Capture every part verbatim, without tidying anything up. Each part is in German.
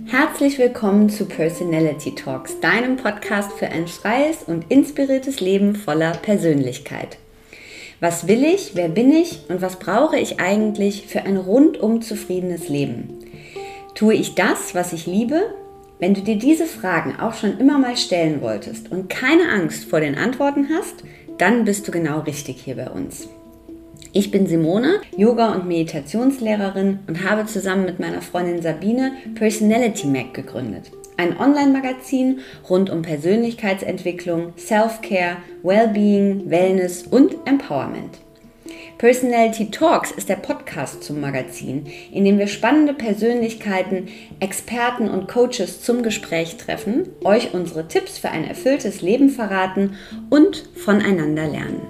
Herzlich willkommen zu Personality Talks, deinem Podcast für ein freies und inspiriertes Leben voller Persönlichkeit. Was will ich, wer bin ich und was brauche ich eigentlich für ein rundum zufriedenes Leben? Tue ich das, was ich liebe? Wenn du dir diese Fragen auch schon immer mal stellen wolltest und keine Angst vor den Antworten hast, dann bist du genau richtig hier bei uns. Ich bin Simone, Yoga- und Meditationslehrerin und habe zusammen mit meiner Freundin Sabine Personality Mag gegründet. Ein Online-Magazin rund um Persönlichkeitsentwicklung, Self-Care, Wellbeing, Wellness und Empowerment. Personality Talks ist der Podcast zum Magazin, in dem wir spannende Persönlichkeiten, Experten und Coaches zum Gespräch treffen, euch unsere Tipps für ein erfülltes Leben verraten und voneinander lernen.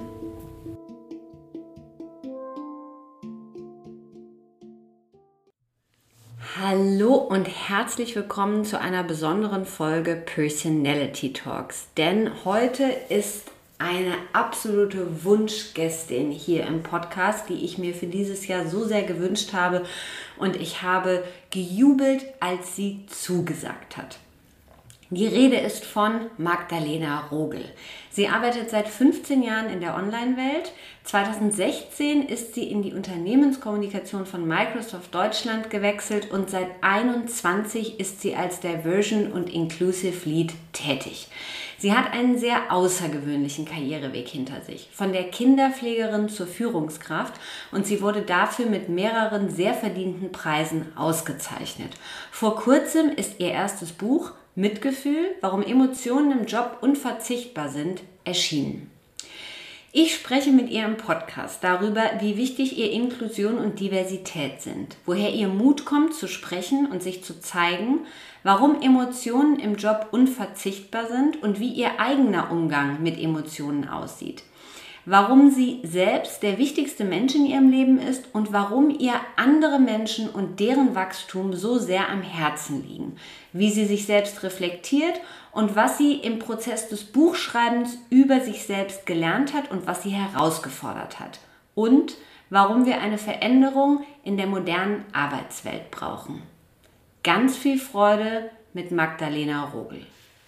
Hallo und herzlich willkommen zu einer besonderen Folge Personality Talks. Denn heute ist eine absolute Wunschgästin hier im Podcast, die ich mir für dieses Jahr so sehr gewünscht habe. Und ich habe gejubelt, als sie zugesagt hat. Die Rede ist von Magdalena Rogel. Sie arbeitet seit fünfzehn Jahren in der Online-Welt. zweitausendsechzehn ist sie in die Unternehmenskommunikation von Microsoft Deutschland gewechselt und seit einundzwanzig ist sie als Diversion und Inclusive Lead tätig. Sie hat einen sehr außergewöhnlichen Karriereweg hinter sich, von der Kinderpflegerin zur Führungskraft, und sie wurde dafür mit mehreren sehr verdienten Preisen ausgezeichnet. Vor kurzem ist ihr erstes Buch Mitgefühl, warum Emotionen im Job unverzichtbar sind, erschienen. Ich spreche mit ihr im Podcast darüber, wie wichtig ihr Inklusion und Diversität sind, woher ihr Mut kommt zu sprechen und sich zu zeigen, warum Emotionen im Job unverzichtbar sind und wie ihr eigener Umgang mit Emotionen aussieht, warum sie selbst der wichtigste Mensch in ihrem Leben ist und warum ihr andere Menschen und deren Wachstum so sehr am Herzen liegen, wie sie sich selbst reflektiert und was sie im Prozess des Buchschreibens über sich selbst gelernt hat und was sie herausgefordert hat und warum wir eine Veränderung in der modernen Arbeitswelt brauchen. Ganz viel Freude mit Magdalena Rogel.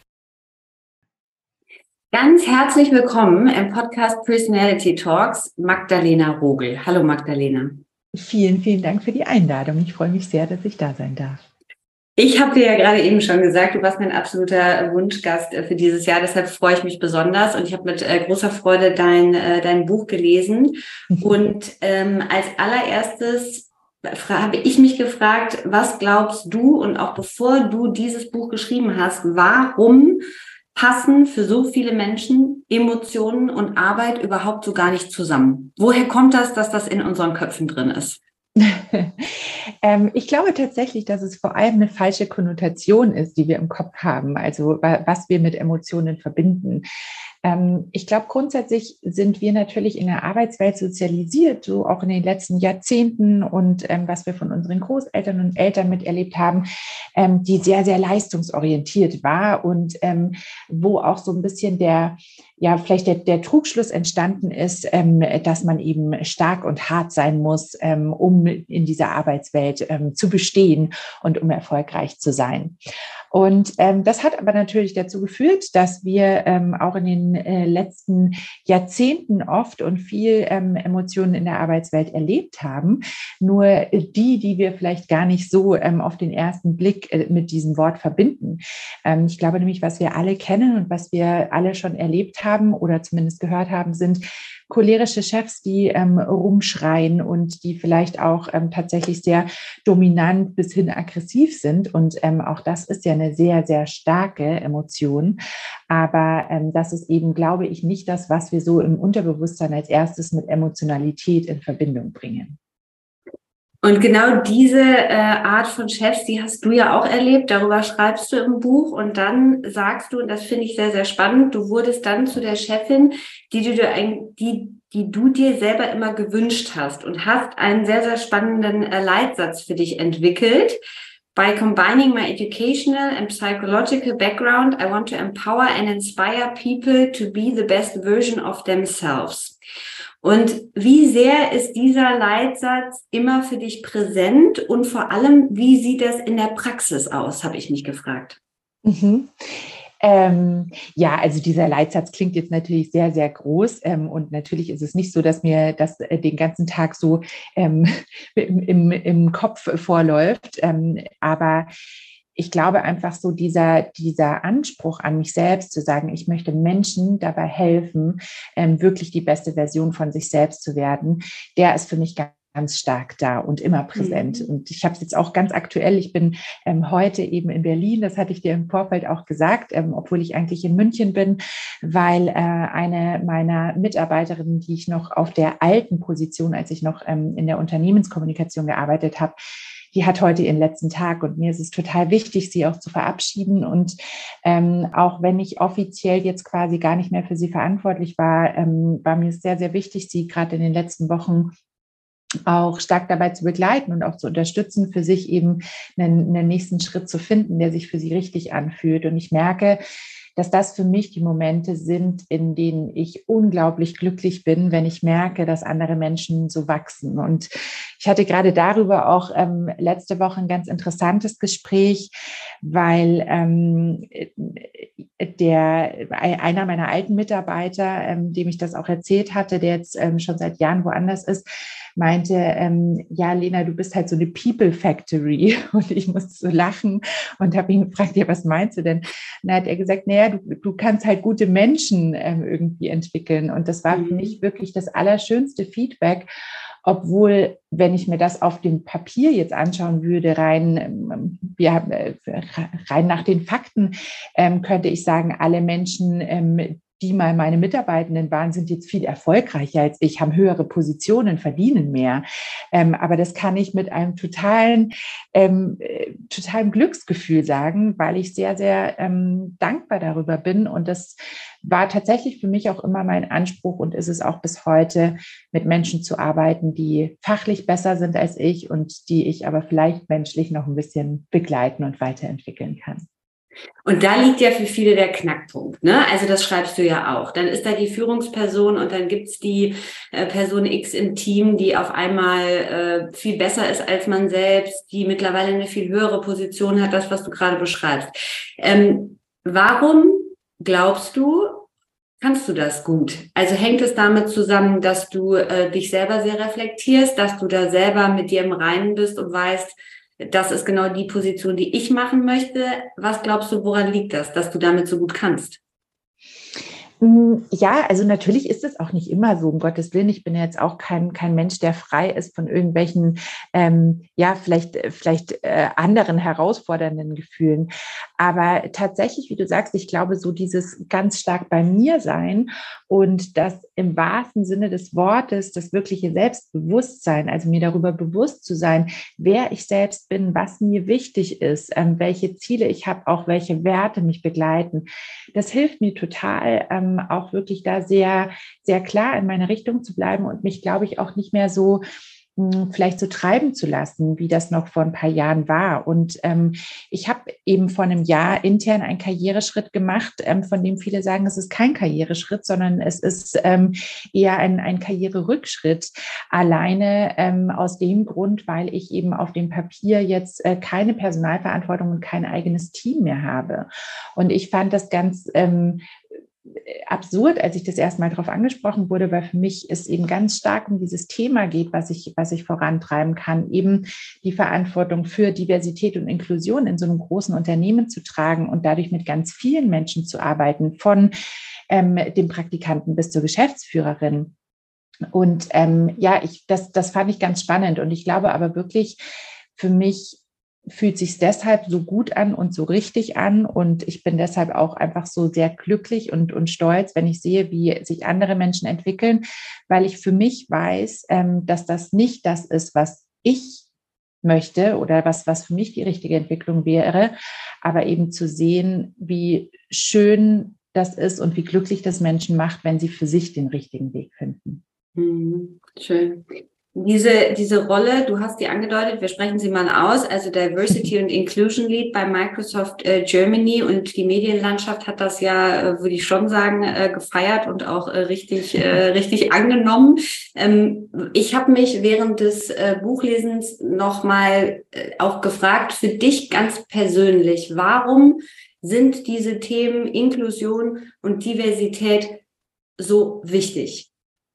Ganz herzlich willkommen im Podcast Personality Talks, Magdalena Rogel. Hallo Magdalena. Vielen, vielen Dank für die Einladung. Ich freue mich sehr, dass ich da sein darf. Ich habe dir ja gerade eben schon gesagt, du warst mein absoluter Wunschgast für dieses Jahr, deshalb freue ich mich besonders und ich habe mit äh, großer Freude dein, äh, dein Buch gelesen. Und ähm, als allererstes habe ich mich gefragt, was glaubst du, und auch bevor du dieses Buch geschrieben hast, warum passen für so viele Menschen Emotionen und Arbeit überhaupt so gar nicht zusammen? Woher kommt das, dass das in unseren Köpfen drin ist? ähm, ich glaube tatsächlich, dass es vor allem eine falsche Konnotation ist, die wir im Kopf haben, also was wir mit Emotionen verbinden. Ähm, ich glaube, grundsätzlich sind wir natürlich in der Arbeitswelt sozialisiert, so auch in den letzten Jahrzehnten, und ähm, was wir von unseren Großeltern und Eltern miterlebt haben, ähm, die sehr, sehr leistungsorientiert war und ähm, wo auch so ein bisschen der ja, vielleicht der, der Trugschluss entstanden ist, ähm, dass man eben stark und hart sein muss, ähm, um in dieser Arbeitswelt ähm, zu bestehen und um erfolgreich zu sein. Und ähm, das hat aber natürlich dazu geführt, dass wir ähm, auch in den äh, letzten Jahrzehnten oft und viel ähm, Emotionen in der Arbeitswelt erlebt haben. Nur die, die wir vielleicht gar nicht so ähm, auf den ersten Blick äh, mit diesem Wort verbinden. Ähm, ich glaube nämlich, was wir alle kennen und was wir alle schon erlebt haben oder zumindest gehört haben, sind cholerische Chefs, die ähm, rumschreien und die vielleicht auch ähm, tatsächlich sehr dominant bis hin aggressiv sind. Und ähm, auch das ist ja eine sehr, sehr starke Emotion. Aber ähm, das ist eben, glaube ich, nicht das, was wir so im Unterbewusstsein als erstes mit Emotionalität in Verbindung bringen. Und genau diese äh, Art von Chefs, die hast du ja auch erlebt, darüber schreibst du im Buch und dann sagst du, und das finde ich sehr, sehr spannend, du wurdest dann zu der Chefin, die du, die, die du dir selber immer gewünscht hast und hast einen sehr, sehr spannenden äh, Leitsatz für dich entwickelt. By combining my educational and psychological background, I want to empower and inspire people to be the best version of themselves. Und wie sehr ist dieser Leitsatz immer für dich präsent und vor allem, wie sieht das in der Praxis aus, habe ich mich gefragt. Mhm. Ähm, ja, also dieser Leitsatz klingt jetzt natürlich sehr, sehr groß ähm, und natürlich ist es nicht so, dass mir das äh, den ganzen Tag so ähm, im, im, im Kopf vorläuft, ähm, aber ich glaube einfach so dieser, dieser Anspruch an mich selbst zu sagen, ich möchte Menschen dabei helfen, ähm, wirklich die beste Version von sich selbst zu werden, der ist für mich ganz ganz stark da und immer präsent. Mhm. Und ich habe es jetzt auch ganz aktuell, ich bin ähm, heute eben in Berlin, das hatte ich dir im Vorfeld auch gesagt, ähm, obwohl ich eigentlich in München bin, weil äh, eine meiner Mitarbeiterinnen, die ich noch auf der alten Position, als ich noch ähm, in der Unternehmenskommunikation gearbeitet habe, die hat heute ihren letzten Tag und mir ist es total wichtig, sie auch zu verabschieden. Und ähm, auch wenn ich offiziell jetzt quasi gar nicht mehr für sie verantwortlich war, ähm, war mir es sehr, sehr wichtig, sie gerade in den letzten Wochen auch stark dabei zu begleiten und auch zu unterstützen, für sich eben einen, einen nächsten Schritt zu finden, der sich für sie richtig anfühlt. Und ich merke, dass das für mich die Momente sind, in denen ich unglaublich glücklich bin, wenn ich merke, dass andere Menschen so wachsen. Und ich hatte gerade darüber auch ähm, letzte Woche ein ganz interessantes Gespräch, weil ähm, der, einer meiner alten Mitarbeiter, ähm, dem ich das auch erzählt hatte, der jetzt ähm, schon seit Jahren woanders ist, meinte, ähm, ja, Lena, du bist halt so eine People Factory. Und ich musste so lachen und habe ihn gefragt, ja, was meinst du denn? Und dann hat er gesagt, naja, du, du kannst halt gute Menschen ähm, irgendwie entwickeln. Und das war Mhm. für mich wirklich das allerschönste Feedback, obwohl, wenn ich mir das auf dem Papier jetzt anschauen würde, rein, ja, rein nach den Fakten, ähm, könnte ich sagen, alle Menschen, ähm, die mal meine Mitarbeitenden waren, sind jetzt viel erfolgreicher als ich, haben höhere Positionen, verdienen mehr. Ähm, aber das kann ich mit einem totalen, ähm, äh, totalen Glücksgefühl sagen, weil ich sehr, sehr ähm, dankbar darüber bin. Und das war tatsächlich für mich auch immer mein Anspruch und ist es auch bis heute, mit Menschen zu arbeiten, die fachlich besser sind als ich und die ich aber vielleicht menschlich noch ein bisschen begleiten und weiterentwickeln kann. Und da liegt ja für viele der Knackpunkt, ne? Also das schreibst du ja auch. Dann ist da die Führungsperson und dann gibt's die äh, Person X im Team, die auf einmal äh, viel besser ist als man selbst, die mittlerweile eine viel höhere Position hat, das, was du gerade beschreibst. Ähm, warum glaubst du, kannst du das gut? Also hängt es damit zusammen, dass du äh, dich selber sehr reflektierst, dass du da selber mit dir im Reinen bist und weißt, das ist genau die Position, die ich machen möchte. Was glaubst du, woran liegt das, dass du damit so gut kannst? Ja, also natürlich ist es auch nicht immer so, um Gottes Willen. Ich bin ja jetzt auch kein, kein Mensch, der frei ist von irgendwelchen, ähm, ja, vielleicht, vielleicht äh, anderen herausfordernden Gefühlen. Aber tatsächlich, wie du sagst, ich glaube, so dieses ganz stark bei mir sein und das im wahrsten Sinne des Wortes, das wirkliche Selbstbewusstsein, also mir darüber bewusst zu sein, wer ich selbst bin, was mir wichtig ist, ähm, welche Ziele ich habe, auch welche Werte mich begleiten. Das hilft mir total, ähm, auch wirklich da sehr, sehr klar in meine Richtung zu bleiben und mich, glaube ich, auch nicht mehr so mh, vielleicht so treiben zu lassen, wie das noch vor ein paar Jahren war. Und ähm, ich habe eben vor einem Jahr intern einen Karriereschritt gemacht, ähm, von dem viele sagen, es ist kein Karriereschritt, sondern es ist ähm, eher ein, ein Karriererückschritt. Alleine ähm, aus dem Grund, weil ich eben auf dem Papier jetzt äh, keine Personalverantwortung und kein eigenes Team mehr habe. Und ich fand das ganz ähm, absurd, als ich das erste Mal darauf angesprochen wurde, weil für mich es eben ganz stark um dieses Thema geht, was ich, was ich vorantreiben kann, eben die Verantwortung für Diversität und Inklusion in so einem großen Unternehmen zu tragen und dadurch mit ganz vielen Menschen zu arbeiten, von ähm, dem Praktikanten bis zur Geschäftsführerin. Und ähm, ja, ich, das, das fand ich ganz spannend. Und ich glaube aber wirklich, für mich fühlt sich deshalb so gut an und so richtig an. Und ich bin deshalb auch einfach so sehr glücklich und, und stolz, wenn ich sehe, wie sich andere Menschen entwickeln, weil ich für mich weiß, ähm, dass das nicht das ist, was ich möchte oder was, was für mich die richtige Entwicklung wäre, aber eben zu sehen, wie schön das ist und wie glücklich das Menschen macht, wenn sie für sich den richtigen Weg finden. Hm, schön. Diese, diese Rolle, du hast die angedeutet, wir sprechen sie mal aus, also Diversity und Inclusion Lead bei Microsoft äh, Germany, und die Medienlandschaft hat das ja, äh, würde ich schon sagen, äh, gefeiert und auch äh, richtig, äh, richtig angenommen. Ähm, ich habe mich während des äh, Buchlesens nochmal äh, auch gefragt, für dich ganz persönlich, warum sind diese Themen Inklusion und Diversität so wichtig?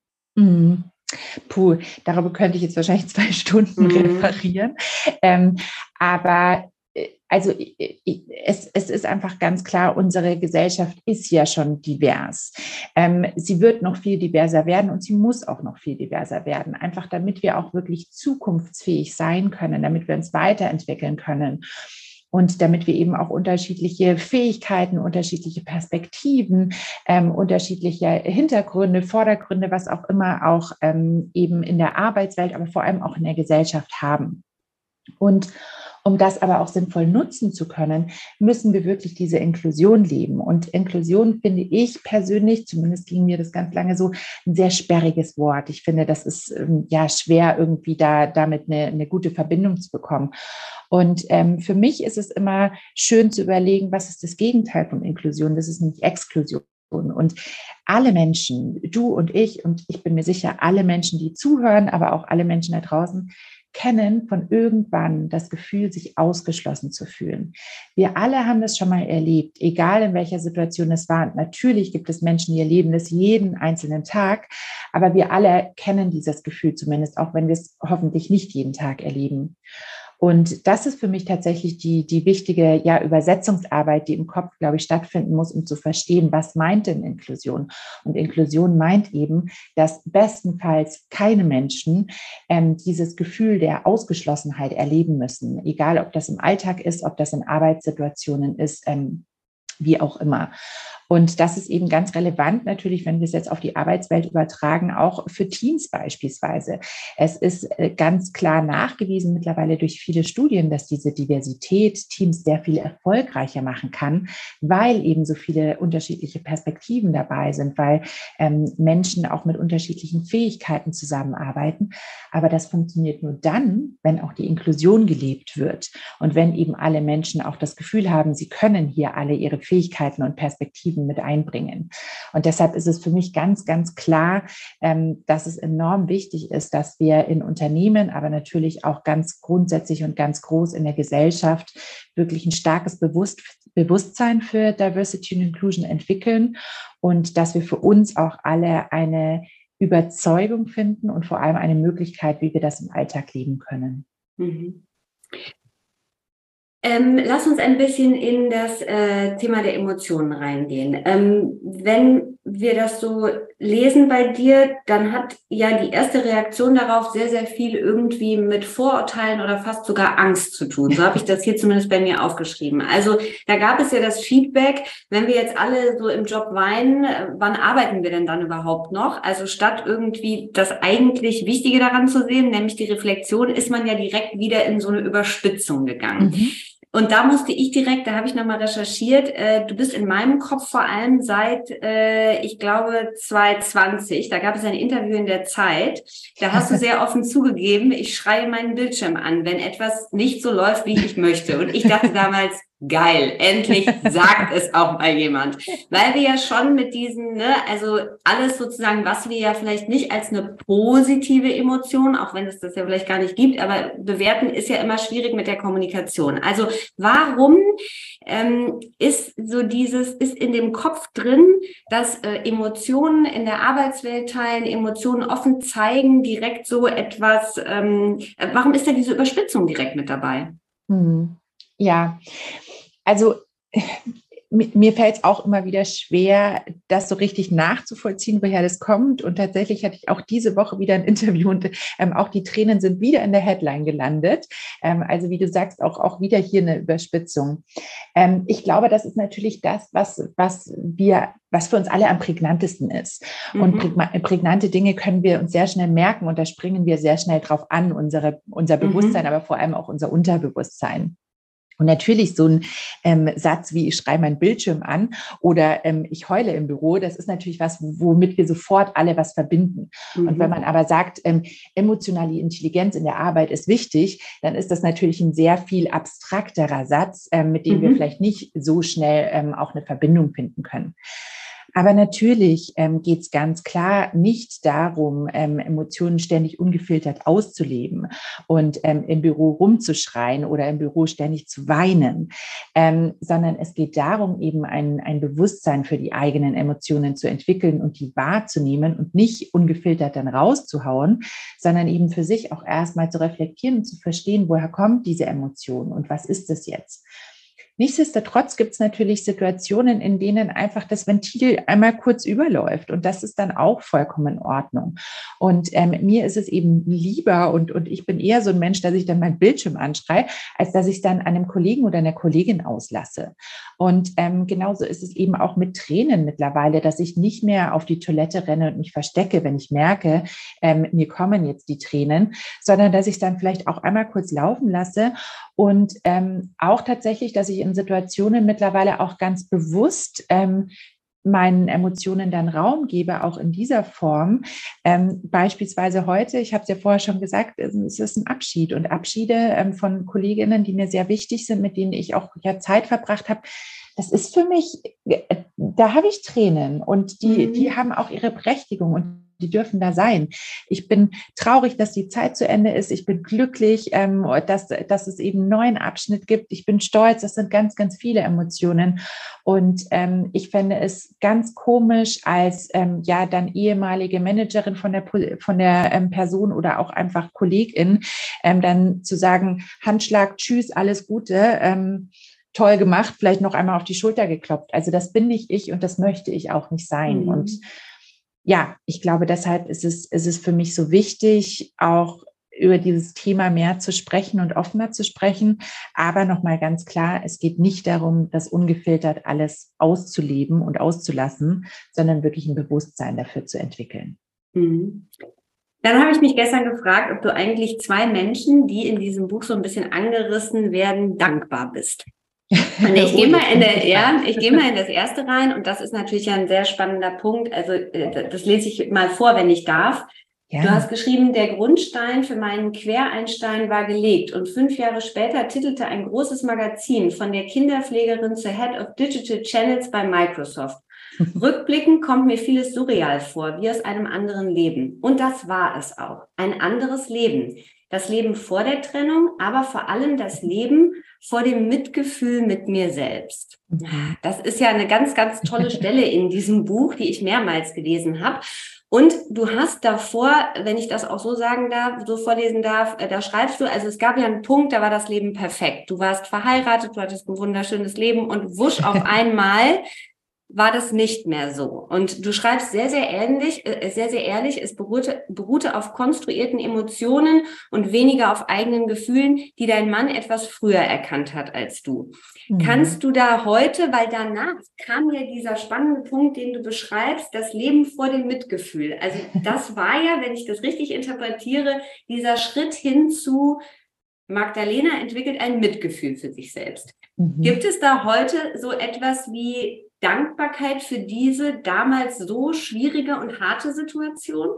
Mhm. Puh, darüber könnte ich jetzt wahrscheinlich zwei Stunden Mhm. referieren. Ähm, aber äh, also ich, es, es ist einfach ganz klar, unsere Gesellschaft ist ja schon divers. Ähm, sie wird noch viel diverser werden und sie muss auch noch viel diverser werden, einfach damit wir auch wirklich zukunftsfähig sein können, damit wir uns weiterentwickeln können. Und damit wir eben auch unterschiedliche Fähigkeiten, unterschiedliche Perspektiven, ähm, unterschiedliche Hintergründe, Vordergründe, was auch immer auch ähm, eben in der Arbeitswelt, aber vor allem auch in der Gesellschaft haben. Und um das aber auch sinnvoll nutzen zu können, müssen wir wirklich diese Inklusion leben. Und Inklusion finde ich persönlich, zumindest ging mir das ganz lange so, ein sehr sperriges Wort. Ich finde, das ist ähm, ja schwer, irgendwie da damit eine, eine gute Verbindung zu bekommen. Und ähm, für mich ist es immer schön zu überlegen, was ist das Gegenteil von Inklusion? Das ist nämlich Exklusion. Und alle Menschen, du und ich, und ich bin mir sicher, alle Menschen, die zuhören, aber auch alle Menschen da draußen, kennen von irgendwann das Gefühl, sich ausgeschlossen zu fühlen. Wir alle haben das schon mal erlebt, egal in welcher Situation es war. Und natürlich gibt es Menschen, die erleben das jeden einzelnen Tag, aber wir alle kennen dieses Gefühl zumindest, auch wenn wir es hoffentlich nicht jeden Tag erleben. Und das ist für mich tatsächlich die, die wichtige ja, Übersetzungsarbeit, die im Kopf, glaube ich, stattfinden muss, um zu verstehen, was meint denn Inklusion? Und Inklusion meint eben, dass bestenfalls keine Menschen ähm, dieses Gefühl der Ausgeschlossenheit erleben müssen, egal ob das im Alltag ist, ob das in Arbeitssituationen ist, ähm, wie auch immer. Und das ist eben ganz relevant natürlich, wenn wir es jetzt auf die Arbeitswelt übertragen, auch für Teams beispielsweise. Es ist ganz klar nachgewiesen mittlerweile durch viele Studien, dass diese Diversität Teams sehr viel erfolgreicher machen kann, weil eben so viele unterschiedliche Perspektiven dabei sind, weil ähm, Menschen auch mit unterschiedlichen Fähigkeiten zusammenarbeiten. Aber das funktioniert nur dann, wenn auch die Inklusion gelebt wird und wenn eben alle Menschen auch das Gefühl haben, sie können hier alle ihre Fähigkeiten und Perspektiven mit einbringen. Und deshalb ist es für mich ganz, ganz klar, ähm, dass es enorm wichtig ist, dass wir in Unternehmen, aber natürlich auch ganz grundsätzlich und ganz groß in der Gesellschaft wirklich ein starkes Bewusst- Bewusstsein für Diversity und Inclusion entwickeln und dass wir für uns auch alle eine Überzeugung finden und vor allem eine Möglichkeit, wie wir das im Alltag leben können. Mhm. Ähm, lass uns ein bisschen in das äh, Thema der Emotionen reingehen. Ähm, wenn wir das so lesen bei dir, dann hat ja die erste Reaktion darauf sehr, sehr viel irgendwie mit Vorurteilen oder fast sogar Angst zu tun. So habe ich das hier zumindest bei mir aufgeschrieben. Also da gab es ja das Feedback, wenn wir jetzt alle so im Job weinen, wann arbeiten wir denn dann überhaupt noch? Also statt irgendwie das eigentlich Wichtige daran zu sehen, nämlich die Reflexion, ist man ja direkt wieder in so eine Überspitzung gegangen. Mhm. Und da musste ich direkt, da habe ich nochmal recherchiert, äh, du bist in meinem Kopf vor allem seit, äh, ich glaube, zwanzig zwanzig, da gab es ein Interview in der Zeit, da hast du sehr offen zugegeben, ich schreie meinen Bildschirm an, wenn etwas nicht so läuft, wie ich möchte. Und ich dachte damals, geil, endlich sagt es auch mal jemand. Weil wir ja schon mit diesen, ne, also alles sozusagen, was wir ja vielleicht nicht als eine positive Emotion, auch wenn es das ja vielleicht gar nicht gibt, aber bewerten ist ja immer schwierig mit der Kommunikation. Also warum ähm, ist so dieses, ist in dem Kopf drin, dass äh, Emotionen in der Arbeitswelt teilen, Emotionen offen zeigen, direkt so etwas, ähm, warum ist da diese Überspitzung direkt mit dabei? Hm. Ja, also mir fällt es auch immer wieder schwer, das so richtig nachzuvollziehen, woher das kommt. Und tatsächlich hatte ich auch diese Woche wieder ein Interview und ähm, auch die Tränen sind wieder in der Headline gelandet. Ähm, also wie du sagst, auch, auch wieder hier eine Überspitzung. Ähm, ich glaube, das ist natürlich das, was, was wir, was für uns alle am prägnantesten ist. Mhm. Und prägnante Dinge können wir uns sehr schnell merken und da springen wir sehr schnell drauf an, unsere, unser Bewusstsein, mhm. aber vor allem auch unser Unterbewusstsein. Und natürlich so ein ähm, Satz wie ich schreibe meinen Bildschirm an oder ähm, ich heule im Büro, das ist natürlich was, womit wir sofort alle was verbinden. Mhm. Und wenn man aber sagt, ähm, emotionale Intelligenz in der Arbeit ist wichtig, dann ist das natürlich ein sehr viel abstrakterer Satz, ähm, mit dem mhm. wir vielleicht nicht so schnell ähm, auch eine Verbindung finden können. Aber natürlich ähm, geht es ganz klar nicht darum, ähm, Emotionen ständig ungefiltert auszuleben und ähm, im Büro rumzuschreien oder im Büro ständig zu weinen, ähm, sondern es geht darum, eben ein, ein Bewusstsein für die eigenen Emotionen zu entwickeln und die wahrzunehmen und nicht ungefiltert dann rauszuhauen, sondern eben für sich auch erstmal zu reflektieren und zu verstehen, woher kommt diese Emotion und was ist es jetzt? Nichtsdestotrotz gibt es natürlich Situationen, in denen einfach das Ventil einmal kurz überläuft und das ist dann auch vollkommen in Ordnung. Und ähm, mir ist es eben lieber und, und ich bin eher so ein Mensch, dass ich dann meinen Bildschirm anschreie, als dass ich es dann einem Kollegen oder einer Kollegin auslasse. Und ähm, genauso ist es eben auch mit Tränen mittlerweile, dass ich nicht mehr auf die Toilette renne und mich verstecke, wenn ich merke, ähm, mir kommen jetzt die Tränen, sondern dass ich es dann vielleicht auch einmal kurz laufen lasse und ähm, auch tatsächlich, dass ich in Situationen mittlerweile auch ganz bewusst ähm, meinen Emotionen dann Raum gebe, auch in dieser Form. Ähm, beispielsweise heute, ich habe es ja vorher schon gesagt, es ist ein Abschied und Abschiede ähm, von Kolleginnen, die mir sehr wichtig sind, mit denen ich auch ja Zeit verbracht habe. Das ist für mich, da habe ich Tränen und die, mhm. die haben auch ihre Berechtigung und die dürfen da sein. Ich bin traurig, dass die Zeit zu Ende ist. Ich bin glücklich, ähm, dass, dass es eben einen neuen Abschnitt gibt. Ich bin stolz. Das sind ganz, ganz viele Emotionen. Und ähm, ich fände es ganz komisch, als ähm, ja dann ehemalige Managerin von der, von der ähm, Person oder auch einfach Kollegin, ähm, dann zu sagen, Handschlag, tschüss, alles Gute, ähm, toll gemacht, vielleicht noch einmal auf die Schulter geklopft. Also das bin nicht ich und das möchte ich auch nicht sein. Mhm. Und ja, ich glaube, deshalb ist es, ist es für mich so wichtig, auch über dieses Thema mehr zu sprechen und offener zu sprechen. Aber nochmal ganz klar, es geht nicht darum, das ungefiltert alles auszuleben und auszulassen, sondern wirklich ein Bewusstsein dafür zu entwickeln. Mhm. Dann habe ich mich gestern gefragt, ob du eigentlich zwei Menschen, die in diesem Buch so ein bisschen angerissen werden, dankbar bist. Und ich gehe mal in der, ja, ich gehe mal in das erste rein und das ist natürlich ein sehr spannender Punkt. Also das lese ich mal vor, wenn ich darf. Ja. Du hast geschrieben, der Grundstein für meinen Quereinstein war gelegt und fünf Jahre später titelte ein großes Magazin von der Kinderpflegerin zur Head of Digital Channels bei Microsoft. Rückblickend kommt mir vieles surreal vor, wie aus einem anderen Leben. Und das war es auch. Ein anderes Leben. Das Leben vor der Trennung, aber vor allem das Leben vor dem Mitgefühl mit mir selbst. Das ist ja eine ganz, ganz tolle Stelle in diesem Buch, die ich mehrmals gelesen habe. Und du hast davor, wenn ich das auch so sagen darf, so vorlesen darf, da schreibst du, also es gab ja einen Punkt, da war das Leben perfekt. Du warst verheiratet, du hattest ein wunderschönes Leben und wusch auf einmal war das nicht mehr so. Und du schreibst sehr, sehr ähnlich, äh, sehr, sehr ehrlich, es beruhte, beruhte auf konstruierten Emotionen und weniger auf eigenen Gefühlen, die dein Mann etwas früher erkannt hat als du. Mhm. Kannst du da heute, weil danach kam ja dieser spannende Punkt, den du beschreibst, das Leben vor dem Mitgefühl. Also das war ja, wenn ich das richtig interpretiere, dieser Schritt hin zu Magdalena entwickelt ein Mitgefühl für sich selbst. Mhm. Gibt es da heute so etwas wie Dankbarkeit für diese damals so schwierige und harte Situation?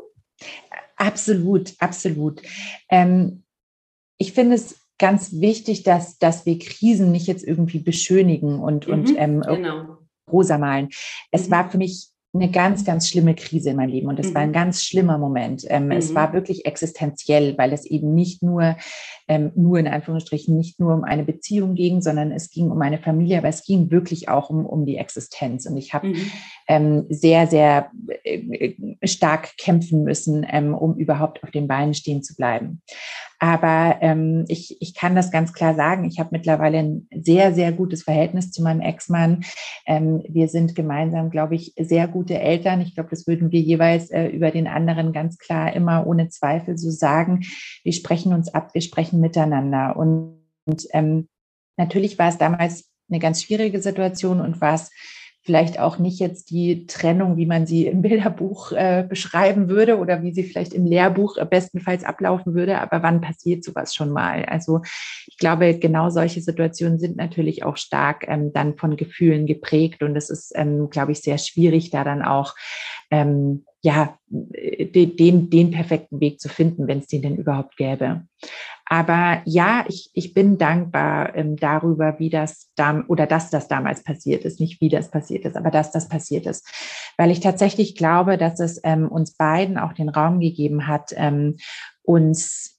Absolut, absolut. Ähm, ich finde es ganz wichtig, dass, dass wir Krisen nicht jetzt irgendwie beschönigen und, mhm, und ähm, genau. rosa malen. Es mhm. war für mich eine ganz, ganz schlimme Krise in meinem Leben und es mhm. war ein ganz schlimmer Moment. Ähm, mhm. Es war wirklich existenziell, weil es eben nicht nur, ähm, nur in Anführungsstrichen, nicht nur um eine Beziehung ging, sondern es ging um eine Familie, aber es ging wirklich auch um, um die Existenz. Und ich habe mhm. ähm, sehr, sehr äh, stark kämpfen müssen, ähm, um überhaupt auf den Beinen stehen zu bleiben. Aber ähm, ich, ich kann das ganz klar sagen, ich habe mittlerweile ein sehr, sehr gutes Verhältnis zu meinem Ex-Mann. Ähm, wir sind gemeinsam, glaube ich, sehr gute Eltern. Ich glaube, das würden wir jeweils äh, über den anderen ganz klar immer ohne Zweifel so sagen. Wir sprechen uns ab, wir sprechen miteinander. Und, und ähm, natürlich war es damals eine ganz schwierige Situation und war es vielleicht auch nicht jetzt die Trennung, wie man sie im Bilderbuch äh, beschreiben würde oder wie sie vielleicht im Lehrbuch äh, bestenfalls ablaufen würde, aber wann passiert sowas schon mal? Also ich glaube, genau solche Situationen sind natürlich auch stark ähm, dann von Gefühlen geprägt und es ist, ähm, glaube ich, sehr schwierig, da dann auch ähm, ja, den, den perfekten Weg zu finden, wenn es den denn überhaupt gäbe. Aber ja, ich, ich bin dankbar ähm, darüber, wie das da, oder dass das damals passiert ist, nicht wie das passiert ist, aber dass das passiert ist, weil ich tatsächlich glaube, dass es ähm, uns beiden auch den Raum gegeben hat, ähm, uns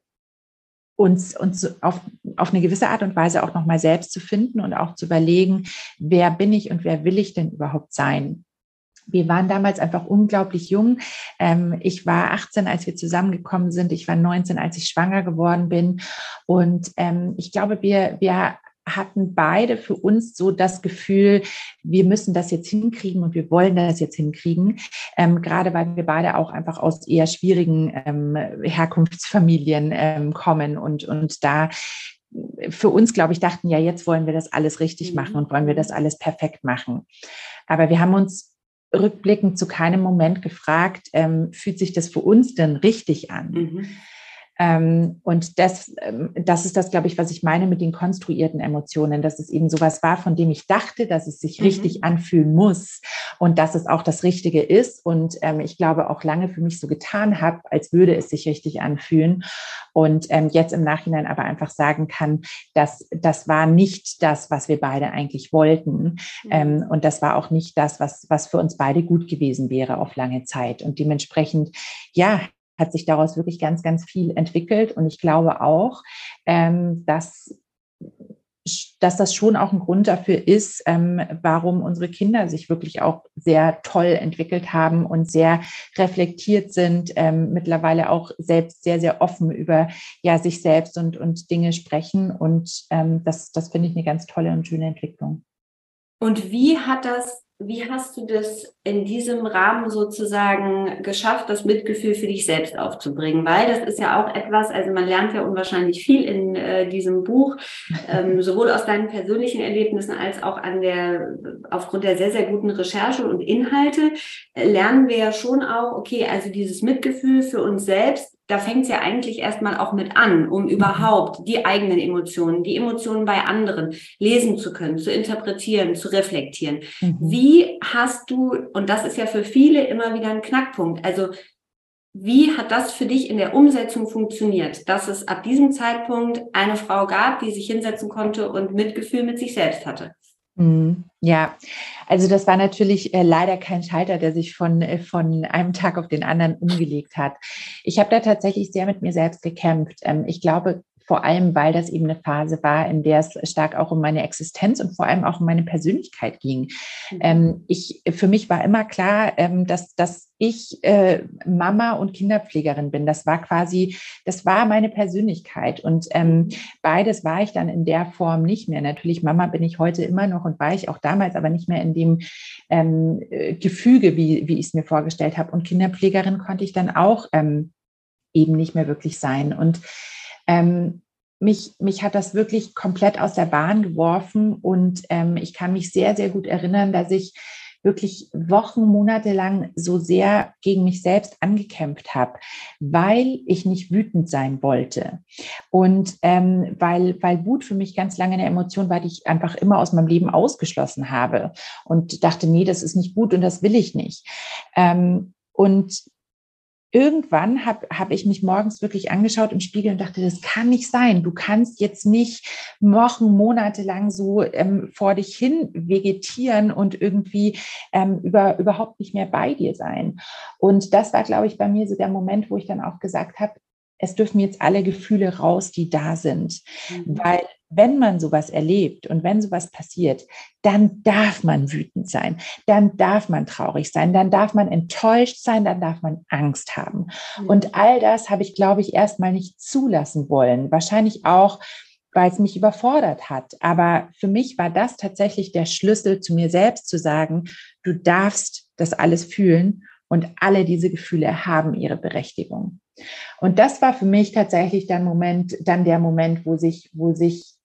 uns, uns auf, auf eine gewisse Art und Weise auch nochmal selbst zu finden und auch zu überlegen, wer bin ich und wer will ich denn überhaupt sein? Wir waren damals einfach unglaublich jung. Ähm, ich war achtzehn, als wir zusammengekommen sind. Ich war neunzehn, als ich schwanger geworden bin. Und ähm, ich glaube, wir, wir hatten beide für uns so das Gefühl, wir müssen das jetzt hinkriegen und wir wollen das jetzt hinkriegen. Ähm, gerade weil wir beide auch einfach aus eher schwierigen ähm, Herkunftsfamilien ähm, kommen und, und da für uns, glaube ich, dachten, ja, jetzt wollen wir das alles richtig machen und wollen wir das alles perfekt machen. Aber wir haben uns rückblickend zu keinem Moment gefragt, ähm, fühlt sich das für uns denn richtig an? Mhm. Ähm, und das, ähm, das ist das, glaube ich, was ich meine mit den konstruierten Emotionen, dass es eben sowas war, von dem ich dachte, dass es sich mhm. richtig anfühlen muss und dass es auch das Richtige ist. Und ähm, ich glaube auch lange für mich so getan habe, als würde es sich richtig anfühlen. Und ähm, jetzt im Nachhinein aber einfach sagen kann, dass das war nicht das, was wir beide eigentlich wollten. Mhm. Ähm, und das war auch nicht das, was, was für uns beide gut gewesen wäre auf lange Zeit. Und dementsprechend, ja, hat sich daraus wirklich ganz, ganz viel entwickelt. Und ich glaube auch, ähm, dass, dass das schon auch ein Grund dafür ist, ähm, warum unsere Kinder sich wirklich auch sehr toll entwickelt haben und sehr reflektiert sind, ähm, mittlerweile auch selbst sehr, sehr offen über ja, sich selbst und, und Dinge sprechen. Und ähm, das, das finde ich eine ganz tolle und schöne Entwicklung. Und wie hat das Wie hast du das in diesem Rahmen sozusagen geschafft, das Mitgefühl für dich selbst aufzubringen? Weil das ist ja auch etwas, also man lernt ja unwahrscheinlich viel in äh, diesem Buch, ähm, sowohl aus deinen persönlichen Erlebnissen als auch an der, aufgrund der sehr, sehr guten Recherche und Inhalte, äh, lernen wir ja schon auch, okay, also dieses Mitgefühl für uns selbst, da fängt es ja eigentlich erstmal auch mit an, um überhaupt die eigenen Emotionen, die Emotionen bei anderen lesen zu können, zu interpretieren, zu reflektieren. Mhm. Wie hast du, und das ist ja für viele immer wieder ein Knackpunkt, also wie hat das für dich in der Umsetzung funktioniert, dass es ab diesem Zeitpunkt eine Frau gab, die sich hinsetzen konnte und Mitgefühl mit sich selbst hatte? Ja, also das war natürlich äh, leider kein Schalter, der sich von, äh, von einem Tag auf den anderen umgelegt hat. Ich habe da tatsächlich sehr mit mir selbst gekämpft. Ähm, ich glaube, vor allem, weil das eben eine Phase war, in der es stark auch um meine Existenz und vor allem auch um meine Persönlichkeit ging. Mhm. Ähm, ich, für mich war immer klar, ähm, dass, dass ich äh, Mama und Kinderpflegerin bin. Das war quasi, das war meine Persönlichkeit. Und ähm, beides war ich dann in der Form nicht mehr. Natürlich, Mama bin ich heute immer noch und war ich auch damals, aber nicht mehr in dem ähm, Gefüge, wie, wie ich es mir vorgestellt habe. Und Kinderpflegerin konnte ich dann auch ähm, eben nicht mehr wirklich sein. Und Ähm, mich, mich hat das wirklich komplett aus der Bahn geworfen und ähm, ich kann mich sehr, sehr gut erinnern, dass ich wirklich Wochen, Monate lang so sehr gegen mich selbst angekämpft habe, weil ich nicht wütend sein wollte. Und ähm, weil, weil Wut für mich ganz lange eine Emotion war, die ich einfach immer aus meinem Leben ausgeschlossen habe und dachte, nee, das ist nicht gut und das will ich nicht. Ähm, und Irgendwann habe hab ich mich morgens wirklich angeschaut im Spiegel und dachte, das kann nicht sein. Du kannst jetzt nicht Wochen, Monate lang so ähm, vor dich hin vegetieren und irgendwie ähm, über, überhaupt nicht mehr bei dir sein. Und das war, glaube ich, bei mir so der Moment, wo ich dann auch gesagt habe, es dürfen jetzt alle Gefühle raus, die da sind. Mhm. Weil wenn man sowas erlebt und wenn sowas passiert, dann darf man wütend sein, dann darf man traurig sein, dann darf man enttäuscht sein, dann darf man Angst haben. Mhm. Und all das habe ich, glaube ich, erstmal nicht zulassen wollen. Wahrscheinlich auch, weil es mich überfordert hat. Aber für mich war das tatsächlich der Schlüssel zu mir selbst, zu sagen, du darfst das alles fühlen und alle diese Gefühle haben ihre Berechtigung. Und das war für mich tatsächlich der Moment, dann der Moment, wo sich, wo sich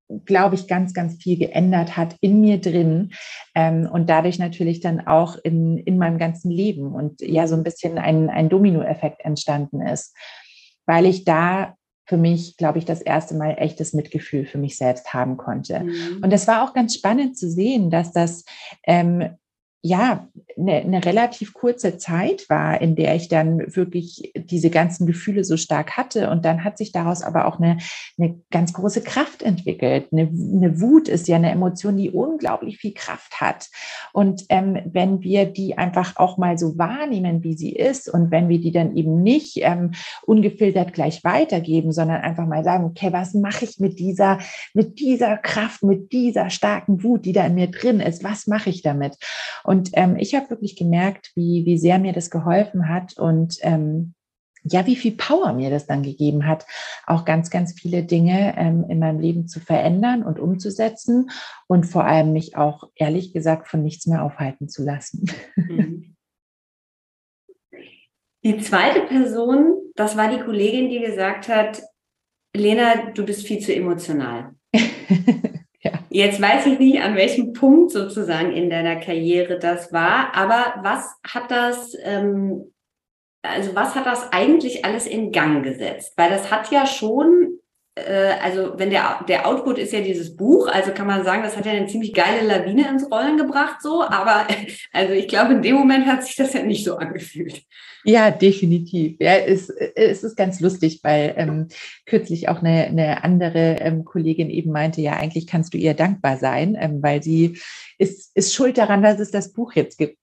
glaube ich, ganz, ganz viel geändert hat in mir drin ähm, und dadurch natürlich dann auch in, in meinem ganzen Leben und ja, so ein bisschen ein, ein Dominoeffekt entstanden ist, weil ich da für mich, glaube ich, das erste Mal echtes Mitgefühl für mich selbst haben konnte. Mhm. Und es war auch ganz spannend zu sehen, dass das ähm, ja, eine, eine relativ kurze Zeit war, in der ich dann wirklich diese ganzen Gefühle so stark hatte. Und dann hat sich daraus aber auch eine, eine ganz große Kraft entwickelt. Eine, eine Wut ist ja eine Emotion, die unglaublich viel Kraft hat. Und ähm, wenn wir die einfach auch mal so wahrnehmen, wie sie ist, und wenn wir die dann eben nicht ähm, ungefiltert gleich weitergeben, sondern einfach mal sagen, okay, was mache ich mit dieser, mit dieser Kraft, mit dieser starken Wut, die da in mir drin ist? Was mache ich damit? Und ähm, ich habe wirklich gemerkt, wie, wie sehr mir das geholfen hat und ähm, ja, wie viel Power mir das dann gegeben hat, auch ganz, ganz viele Dinge ähm, in meinem Leben zu verändern und umzusetzen und vor allem mich auch, ehrlich gesagt, von nichts mehr aufhalten zu lassen. Mhm. Die zweite Person, das war die Kollegin, die gesagt hat, Lena, du bist viel zu emotional. Ja. Jetzt weiß ich nicht, an welchem Punkt sozusagen in deiner Karriere das war, aber was hat das, ähm, also was hat das eigentlich alles in Gang gesetzt? Weil das hat ja schon, äh, also wenn der, der Output ist ja dieses Buch, also kann man sagen, das hat ja eine ziemlich geile Lawine ins Rollen gebracht, so, aber also ich glaube, in dem Moment hat sich das ja nicht so angefühlt. Ja, definitiv. Ja, es, es ist ganz lustig, weil ähm, kürzlich auch eine, eine andere ähm, Kollegin eben meinte, ja, eigentlich kannst du ihr dankbar sein, ähm, weil sie ist, ist schuld daran, dass es das Buch jetzt gibt.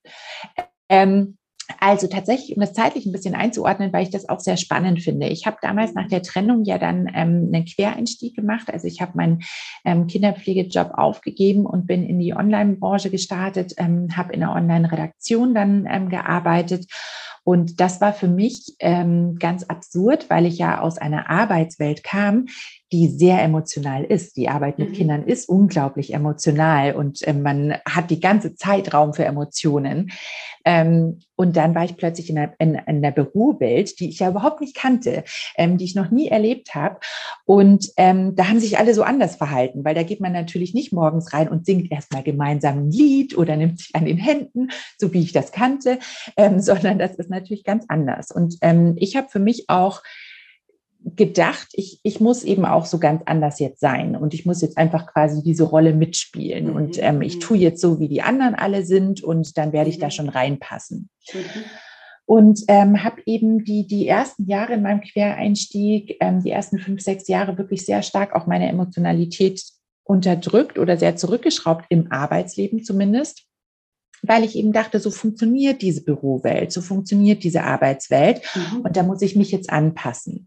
Ähm, also tatsächlich, um das zeitlich ein bisschen einzuordnen, weil ich das auch sehr spannend finde. Ich habe damals nach der Trennung ja dann ähm, einen Quereinstieg gemacht. Also ich habe meinen ähm, Kinderpflegejob aufgegeben und bin in die Online-Branche gestartet, ähm, habe in der Online-Redaktion dann ähm, gearbeitet. Und das war für mich ähm, ganz absurd, weil ich ja aus einer Arbeitswelt kam, die sehr emotional ist. Die Arbeit mit mhm. Kindern ist unglaublich emotional und äh, man hat die ganze Zeit Raum für Emotionen. Ähm, und dann war ich plötzlich in der, in, in der Bürowelt, die ich ja überhaupt nicht kannte, ähm, die ich noch nie erlebt habe. Und ähm, da haben sich alle so anders verhalten, weil da geht man natürlich nicht morgens rein und singt erstmal gemeinsam ein Lied oder nimmt sich an den Händen, so wie ich das kannte, ähm, sondern das ist natürlich ganz anders. Und ähm, ich habe für mich auch gedacht, ich, ich muss eben auch so ganz anders jetzt sein und ich muss jetzt einfach quasi diese Rolle mitspielen mhm. und ähm, ich tue jetzt so, wie die anderen alle sind und dann werde ich mhm. da schon reinpassen. Mhm. Und ähm, habe eben die, die ersten Jahre in meinem Quereinstieg, ähm, die ersten fünf, sechs Jahre wirklich sehr stark auch meine Emotionalität unterdrückt oder sehr zurückgeschraubt im Arbeitsleben zumindest, weil ich eben dachte, so funktioniert diese Bürowelt, so funktioniert diese Arbeitswelt mhm. und da muss ich mich jetzt anpassen.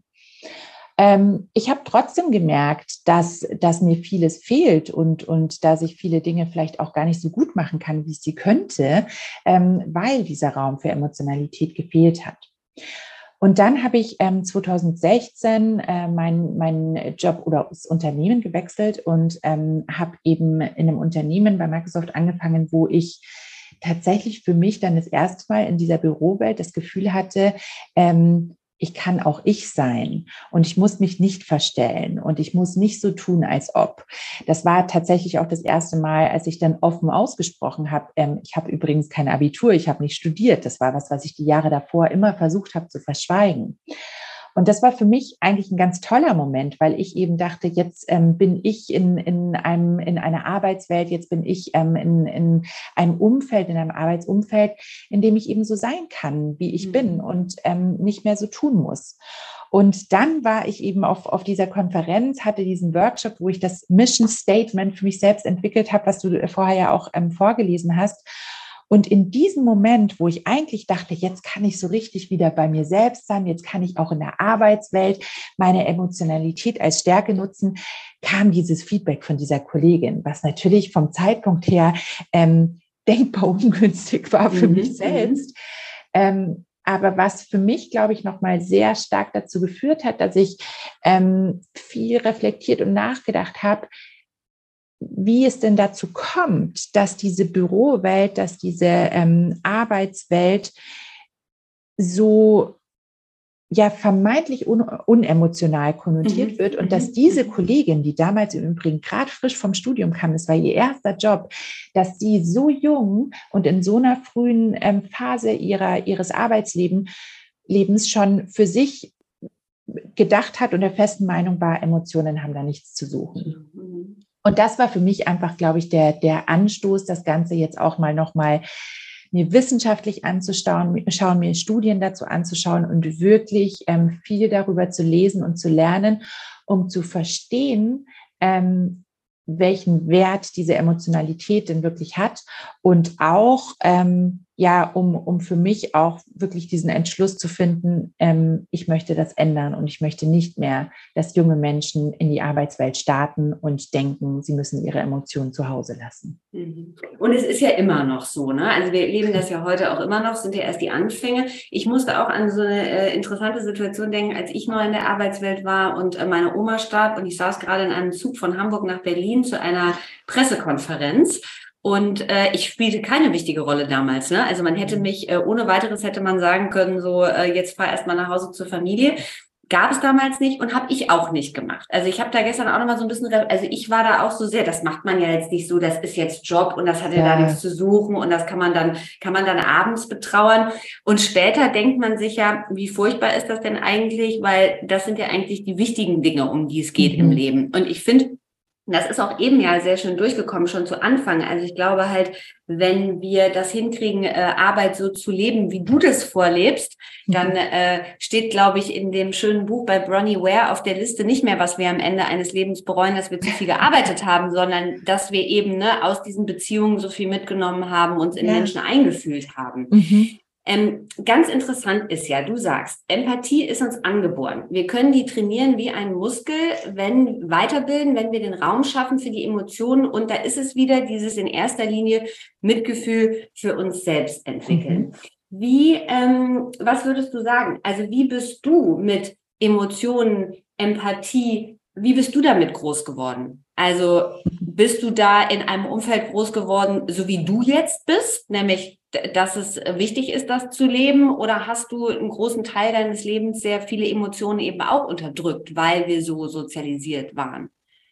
Ähm, ich habe trotzdem gemerkt, dass, dass mir vieles fehlt und, und dass ich viele Dinge vielleicht auch gar nicht so gut machen kann, wie ich sie könnte, ähm, weil dieser Raum für Emotionalität gefehlt hat. Und dann habe ich ähm, zwanzig sechzehn äh, meinen mein Job oder das Unternehmen gewechselt und ähm, habe eben in einem Unternehmen bei Microsoft angefangen, wo ich tatsächlich für mich dann das erste Mal in dieser Bürowelt das Gefühl hatte, ähm, ich kann auch ich sein und ich muss mich nicht verstellen und ich muss nicht so tun, als ob. Das war tatsächlich auch das erste Mal, als ich dann offen ausgesprochen habe. Ähm, ich habe übrigens kein Abitur, ich habe nicht studiert. Das war was, was ich die Jahre davor immer versucht habe zu verschweigen. Und das war für mich eigentlich ein ganz toller Moment, weil ich eben dachte, jetzt ähm, bin ich in, in, einem, in einer Arbeitswelt, jetzt bin ich ähm, in, in einem Umfeld, in einem Arbeitsumfeld, in dem ich eben so sein kann, wie ich mhm. bin und ähm, nicht mehr so tun muss. Und dann war ich eben auf, auf dieser Konferenz, hatte diesen Workshop, wo ich das Mission Statement für mich selbst entwickelt habe, was du vorher ja auch ähm, vorgelesen hast. Und in diesem Moment, wo ich eigentlich dachte, jetzt kann ich so richtig wieder bei mir selbst sein, jetzt kann ich auch in der Arbeitswelt meine Emotionalität als Stärke nutzen, kam dieses Feedback von dieser Kollegin, was natürlich vom Zeitpunkt her ähm, denkbar ungünstig war für mhm, mich selbst. Ähm, aber was für mich, glaube ich, nochmal sehr stark dazu geführt hat, dass ich ähm, viel reflektiert und nachgedacht habe, wie es denn dazu kommt, dass diese Bürowelt, dass diese ähm, Arbeitswelt so, ja vermeintlich un unemotional konnotiert Mhm. wird und dass diese Kollegin, die damals im Übrigen gerade frisch vom Studium kam, das war ihr erster Job, dass die so jung und in so einer frühen ähm, Phase ihrer, ihres Arbeitslebens Lebens schon für sich gedacht hat und der festen Meinung war, Emotionen haben da nichts zu suchen. Mhm. Und das war für mich einfach, glaube ich, der, der Anstoß, das Ganze jetzt auch mal nochmal mir wissenschaftlich anzuschauen, schauen, mir Studien dazu anzuschauen und wirklich ähm, viel darüber zu lesen und zu lernen, um zu verstehen, ähm, welchen Wert diese Emotionalität denn wirklich hat und auch, ähm, ja, um, um für mich auch wirklich diesen Entschluss zu finden, ähm, ich möchte das ändern und ich möchte nicht mehr, dass junge Menschen in die Arbeitswelt starten und denken, sie müssen ihre Emotionen zu Hause lassen. Und es ist ja immer noch so, ne? Also wir erleben das ja heute auch immer noch, sind ja erst die Anfänge. Ich musste auch an so eine äh, interessante Situation denken, als ich neu in der Arbeitswelt war und äh, meine Oma starb und ich saß gerade in einem Zug von Hamburg nach Berlin zu einer Pressekonferenz. Und äh, ich spielte keine wichtige Rolle damals. Ne? Also man hätte mich, äh, ohne weiteres hätte man sagen können, so äh, jetzt fahr erst mal nach Hause zur Familie. Gab es damals nicht und habe ich auch nicht gemacht. Also ich habe da gestern auch nochmal so ein bisschen, also ich war da auch so sehr, das macht man ja jetzt nicht so, das ist jetzt Job und das hat ja da nichts zu suchen und das kann man dann, kann man dann abends betrauern. Und später denkt man sich ja, wie furchtbar ist das denn eigentlich, weil das sind ja eigentlich die wichtigen Dinge, um die es geht mhm. im Leben. Und ich finde, das ist auch eben ja sehr schön durchgekommen, schon zu Anfang. Also ich glaube halt, wenn wir das hinkriegen, äh, Arbeit so zu leben, wie du das vorlebst, dann äh, steht, glaube ich, in dem schönen Buch bei Bronnie Ware auf der Liste nicht mehr, was wir am Ende eines Lebens bereuen, dass wir zu viel gearbeitet haben, sondern dass wir eben ne, aus diesen Beziehungen so viel mitgenommen haben, uns in ja. Menschen eingefühlt haben. Mhm. Ähm, ganz interessant ist ja, du sagst, Empathie ist uns angeboren. Wir können die trainieren wie einen Muskel, wenn weiterbilden, wenn wir den Raum schaffen für die Emotionen. Und da ist es wieder dieses in erster Linie Mitgefühl für uns selbst entwickeln. Mhm. Wie, ähm, was würdest du sagen? Also wie bist du mit Emotionen, Empathie, wie bist du damit groß geworden? Also bist du da in einem Umfeld groß geworden, so wie du jetzt bist, nämlich dass es wichtig ist, das zu leben? Oder hast du einen großen Teil deines Lebens sehr viele Emotionen eben auch unterdrückt, weil wir so sozialisiert waren?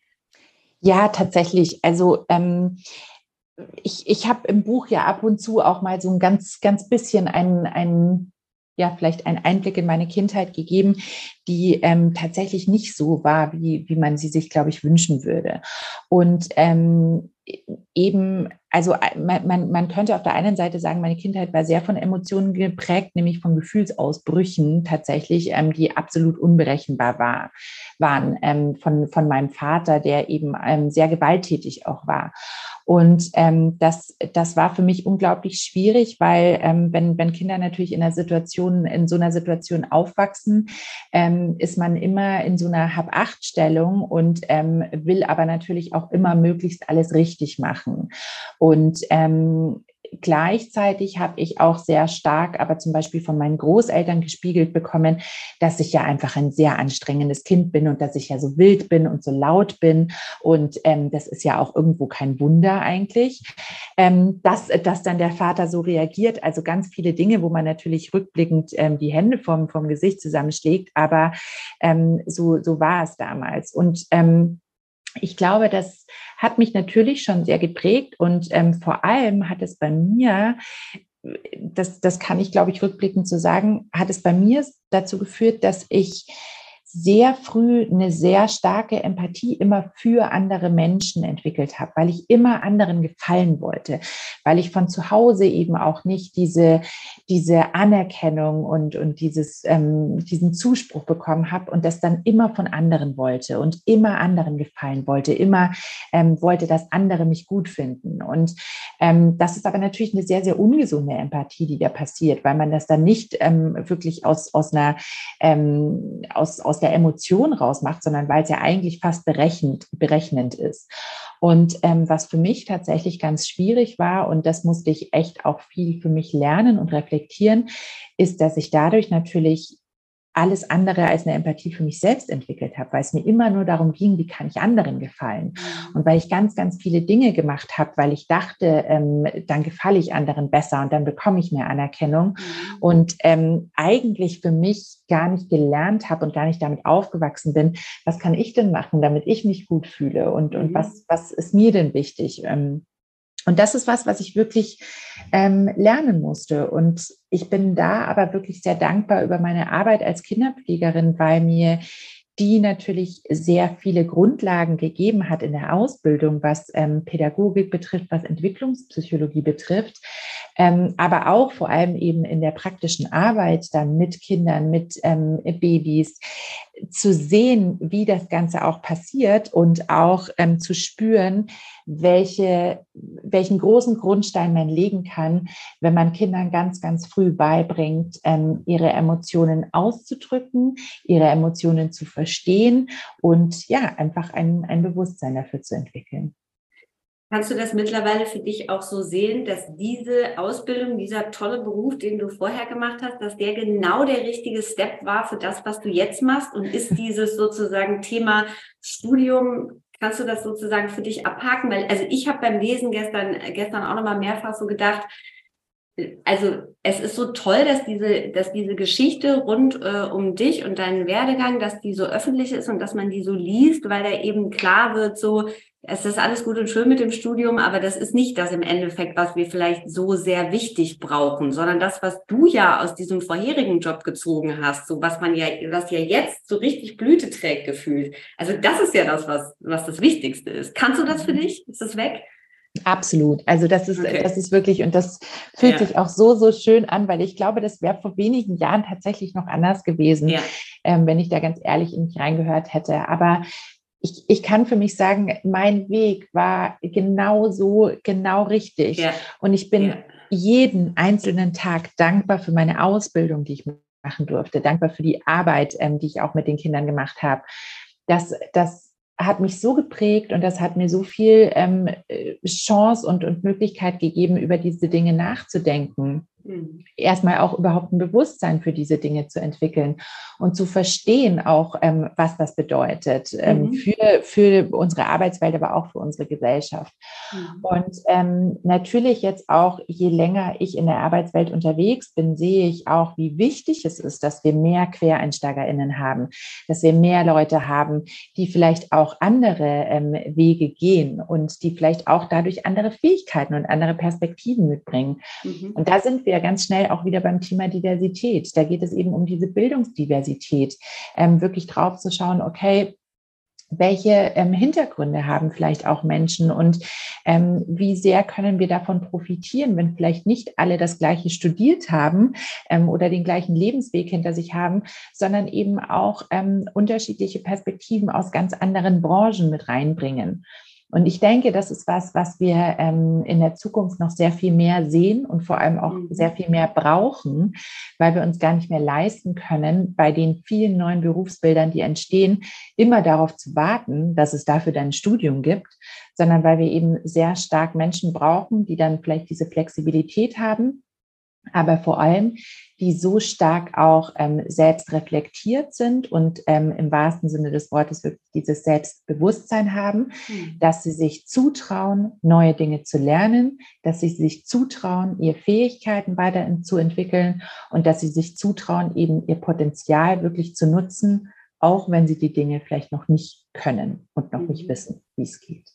Ja, tatsächlich. Also ähm, ich, ich habe im Buch ja ab und zu auch mal so ein ganz, ganz bisschen ein, ein ja, vielleicht einen Einblick in meine Kindheit gegeben, die ähm, tatsächlich nicht so war, wie, wie man sie sich, glaube ich, wünschen würde. Und ähm, eben, also man, man, man könnte auf der einen Seite sagen, meine Kindheit war sehr von Emotionen geprägt, nämlich von Gefühlsausbrüchen tatsächlich, ähm, die absolut unberechenbar war, waren, ähm, von, von meinem Vater, der eben ähm, sehr gewalttätig auch war. Und ähm, das, das war für mich unglaublich schwierig, weil ähm, wenn, wenn Kinder natürlich in einer Situation, in so einer Situation aufwachsen, ähm, ist man immer in so einer Hab-Acht-Stellung und ähm, will aber natürlich auch immer möglichst alles richtig machen. Und ähm, gleichzeitig habe ich auch sehr stark, aber zum Beispiel von meinen Großeltern gespiegelt bekommen, dass ich ja einfach ein sehr anstrengendes Kind bin und dass ich ja so wild bin und so laut bin. Und ähm, das ist ja auch irgendwo kein Wunder eigentlich, ähm, dass, dass dann der Vater so reagiert. Also ganz viele Dinge, wo man natürlich rückblickend ähm, die Hände vom, vom Gesicht zusammenschlägt. Aber ähm, so, so war es damals. Und ähm, ich glaube, das hat mich natürlich schon sehr geprägt und ähm, vor allem hat es bei mir, das, das kann ich, glaube ich, rückblickend so sagen, hat es bei mir dazu geführt, dass ich sehr früh eine sehr starke Empathie immer für andere Menschen entwickelt habe, weil ich immer anderen gefallen wollte, weil ich von zu Hause eben auch nicht diese, diese Anerkennung und, und dieses, ähm, diesen Zuspruch bekommen habe und das dann immer von anderen wollte und immer anderen gefallen wollte, immer ähm, wollte, dass andere mich gut finden. Und ähm, das ist aber natürlich eine sehr, sehr ungesunde Empathie, die da passiert, weil man das dann nicht ähm, wirklich aus, aus einer ähm, aus, aus der Emotion rausmacht, sondern weil es ja eigentlich fast berechnend, berechnend ist. Und ähm, was für mich tatsächlich ganz schwierig war, und das musste ich echt auch viel für mich lernen und reflektieren, ist, dass ich dadurch natürlich alles andere als eine Empathie für mich selbst entwickelt habe, weil es mir immer nur darum ging, wie kann ich anderen gefallen. Und weil ich ganz, ganz viele Dinge gemacht habe, weil ich dachte, ähm, dann gefalle ich anderen besser und dann bekomme ich mehr Anerkennung. Und ähm, eigentlich für mich gar nicht gelernt habe und gar nicht damit aufgewachsen bin, was kann ich denn machen, damit ich mich gut fühle und, und was, was ist mir denn wichtig? Ähm, Und das ist was, was ich wirklich ähm, lernen musste. Und ich bin da aber wirklich sehr dankbar über meine Arbeit als Kinderpflegerin, weil mir die natürlich sehr viele Grundlagen gegeben hat in der Ausbildung, was ähm, Pädagogik betrifft, was Entwicklungspsychologie betrifft, ähm, aber auch vor allem eben in der praktischen Arbeit dann mit Kindern, mit ähm, Babys, zu sehen, wie das Ganze auch passiert und auch ähm, zu spüren, welche, welchen großen Grundstein man legen kann, wenn man Kindern ganz, ganz früh beibringt, ähm, ihre Emotionen auszudrücken, ihre Emotionen zu verstehen und ja, einfach ein, ein Bewusstsein dafür zu entwickeln. Kannst du das mittlerweile für dich auch so sehen, dass diese Ausbildung, dieser tolle Beruf, den du vorher gemacht hast, dass der genau der richtige Step war für das, was du jetzt machst? Und ist dieses sozusagen Thema Studium, kannst du das sozusagen für dich abhaken? Weil, also ich habe beim Lesen gestern, gestern auch nochmal mehrfach so gedacht, also es ist so toll, dass diese, dass diese Geschichte rund äh, um dich und deinen Werdegang, dass die so öffentlich ist und dass man die so liest, weil da eben klar wird, so, es ist alles gut und schön mit dem Studium, aber das ist nicht das im Endeffekt, was wir vielleicht so sehr wichtig brauchen, sondern das, was du ja aus diesem vorherigen Job gezogen hast, so was man ja, was ja jetzt so richtig Blüte trägt gefühlt. Also das ist ja das, was, was das Wichtigste ist. Kannst du das für dich? Ist das weg? Absolut. Also das ist, Okay. das ist wirklich, und das fühlt Ja. sich auch so, so schön an, weil ich glaube, das wäre vor wenigen Jahren tatsächlich noch anders gewesen, Ja. ähm, wenn ich da ganz ehrlich in mich reingehört hätte. Aber ich, ich kann für mich sagen, mein Weg war genau so, genau richtig. Ja. Und ich bin Ja. jeden einzelnen Tag dankbar für meine Ausbildung, die ich machen durfte, dankbar für die Arbeit, ähm, die ich auch mit den Kindern gemacht habe. Das, das hat mich so geprägt und das hat mir so viel ähm, Chance und, und Möglichkeit gegeben, über diese Dinge nachzudenken. Mhm. Erstmal auch überhaupt ein Bewusstsein für diese Dinge zu entwickeln und zu verstehen auch, ähm, was das bedeutet ähm, mhm. für, für unsere Arbeitswelt, aber auch für unsere Gesellschaft. Mhm. Und ähm, natürlich jetzt auch, je länger ich in der Arbeitswelt unterwegs bin, sehe ich auch, wie wichtig es ist, dass wir mehr QuereinsteigerInnen haben, dass wir mehr Leute haben, die vielleicht auch andere ähm, Wege gehen und die vielleicht auch dadurch andere Fähigkeiten und andere Perspektiven mitbringen. Mhm. Und da sind wir ganz schnell auch wieder beim Thema Diversität. Da geht es eben um diese Bildungsdiversität, ähm, wirklich drauf zu schauen, okay, welche ähm, Hintergründe haben vielleicht auch Menschen und ähm, wie sehr können wir davon profitieren, wenn vielleicht nicht alle das Gleiche studiert haben ähm, oder den gleichen Lebensweg hinter sich haben, sondern eben auch ähm, unterschiedliche Perspektiven aus ganz anderen Branchen mit reinbringen. Und ich denke, das ist was, was wir ähm, in der Zukunft noch sehr viel mehr sehen und vor allem auch mhm. sehr viel mehr brauchen, weil wir uns gar nicht mehr leisten können, bei den vielen neuen Berufsbildern, die entstehen, immer darauf zu warten, dass es dafür dann ein Studium gibt, sondern weil wir eben sehr stark Menschen brauchen, die dann vielleicht diese Flexibilität haben, aber vor allem, die so stark auch ähm, selbst reflektiert sind und ähm, im wahrsten Sinne des Wortes wirklich dieses Selbstbewusstsein haben, mhm. dass sie sich zutrauen, neue Dinge zu lernen, dass sie sich zutrauen, ihre Fähigkeiten weiterzuentwickeln und dass sie sich zutrauen, eben ihr Potenzial wirklich zu nutzen, auch wenn sie die Dinge vielleicht noch nicht können und noch mhm. nicht wissen, wie es geht.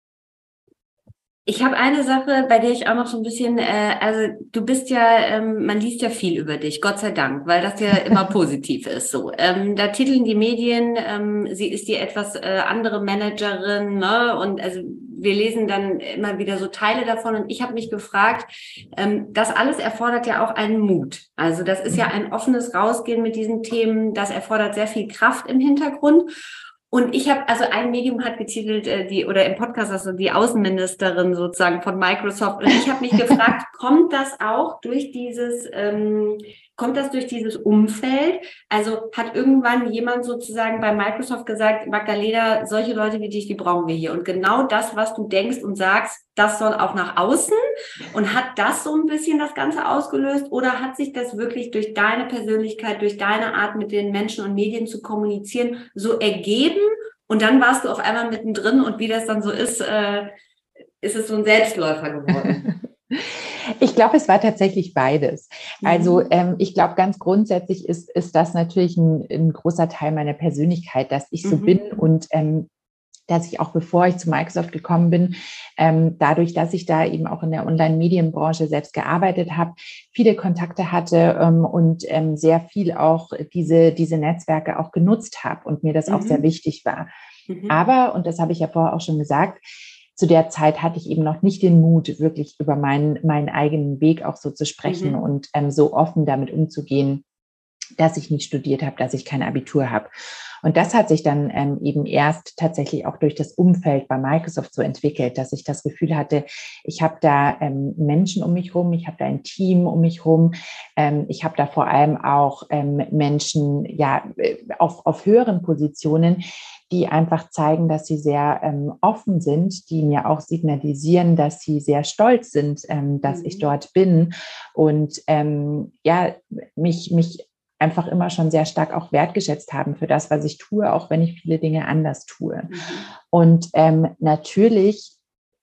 Ich habe eine Sache, bei der ich auch noch so ein bisschen, äh, also du bist ja, ähm, man liest ja viel über dich, Gott sei Dank, weil das ja immer positiv ist. So, ähm, da titeln die Medien, ähm, sie ist die etwas äh, andere Managerin, ne? Und also wir lesen dann immer wieder so Teile davon. Und ich habe mich gefragt, ähm, das alles erfordert ja auch einen Mut. Also das ist ja ein offenes Rausgehen mit diesen Themen. Das erfordert sehr viel Kraft im Hintergrund. Und ich habe, also ein Medium hat getitelt, äh, die, oder im Podcast, also die Außenministerin sozusagen von Microsoft. Und ich habe mich gefragt, kommt das auch durch dieses, ähm, Kommt das durch dieses Umfeld? Also hat irgendwann jemand sozusagen bei Microsoft gesagt, Magdalena, solche Leute wie dich, die brauchen wir hier. Und genau das, was du denkst und sagst, das soll auch nach außen. Und hat das so ein bisschen das Ganze ausgelöst? Oder hat sich das wirklich durch deine Persönlichkeit, durch deine Art, mit den Menschen und Medien zu kommunizieren, so ergeben? Und dann warst du auf einmal mittendrin und wie das dann so ist, äh, ist es so ein Selbstläufer geworden? Ich glaube, es war tatsächlich beides. Also ähm, ich glaube, ganz grundsätzlich ist, ist das natürlich ein, ein großer Teil meiner Persönlichkeit, dass ich so mhm. bin und ähm, dass ich auch, bevor ich zu Microsoft gekommen bin, ähm, dadurch, dass ich da eben auch in der Online-Medienbranche selbst gearbeitet habe, viele Kontakte hatte ähm, und ähm, sehr viel auch diese, diese Netzwerke auch genutzt habe und mir das mhm. auch sehr wichtig war. Mhm. Aber, und das habe ich ja vorher auch schon gesagt, zu der Zeit hatte ich eben noch nicht den Mut, wirklich über meinen, meinen eigenen Weg auch so zu sprechen mhm. und ähm, so offen damit umzugehen, dass ich nicht studiert habe, dass ich kein Abitur habe. Und das hat sich dann ähm, eben erst tatsächlich auch durch das Umfeld bei Microsoft so entwickelt, dass ich das Gefühl hatte, ich habe da ähm, Menschen um mich rum, ich habe da ein Team um mich rum, ähm, ich habe da vor allem auch ähm, Menschen ja auf, auf höheren Positionen, die einfach zeigen, dass sie sehr ähm, offen sind, die mir auch signalisieren, dass sie sehr stolz sind, ähm, dass mhm. ich dort bin und ähm, ja, mich, mich einfach immer schon sehr stark auch wertgeschätzt haben für das, was ich tue, auch wenn ich viele Dinge anders tue. Mhm. Und ähm, natürlich,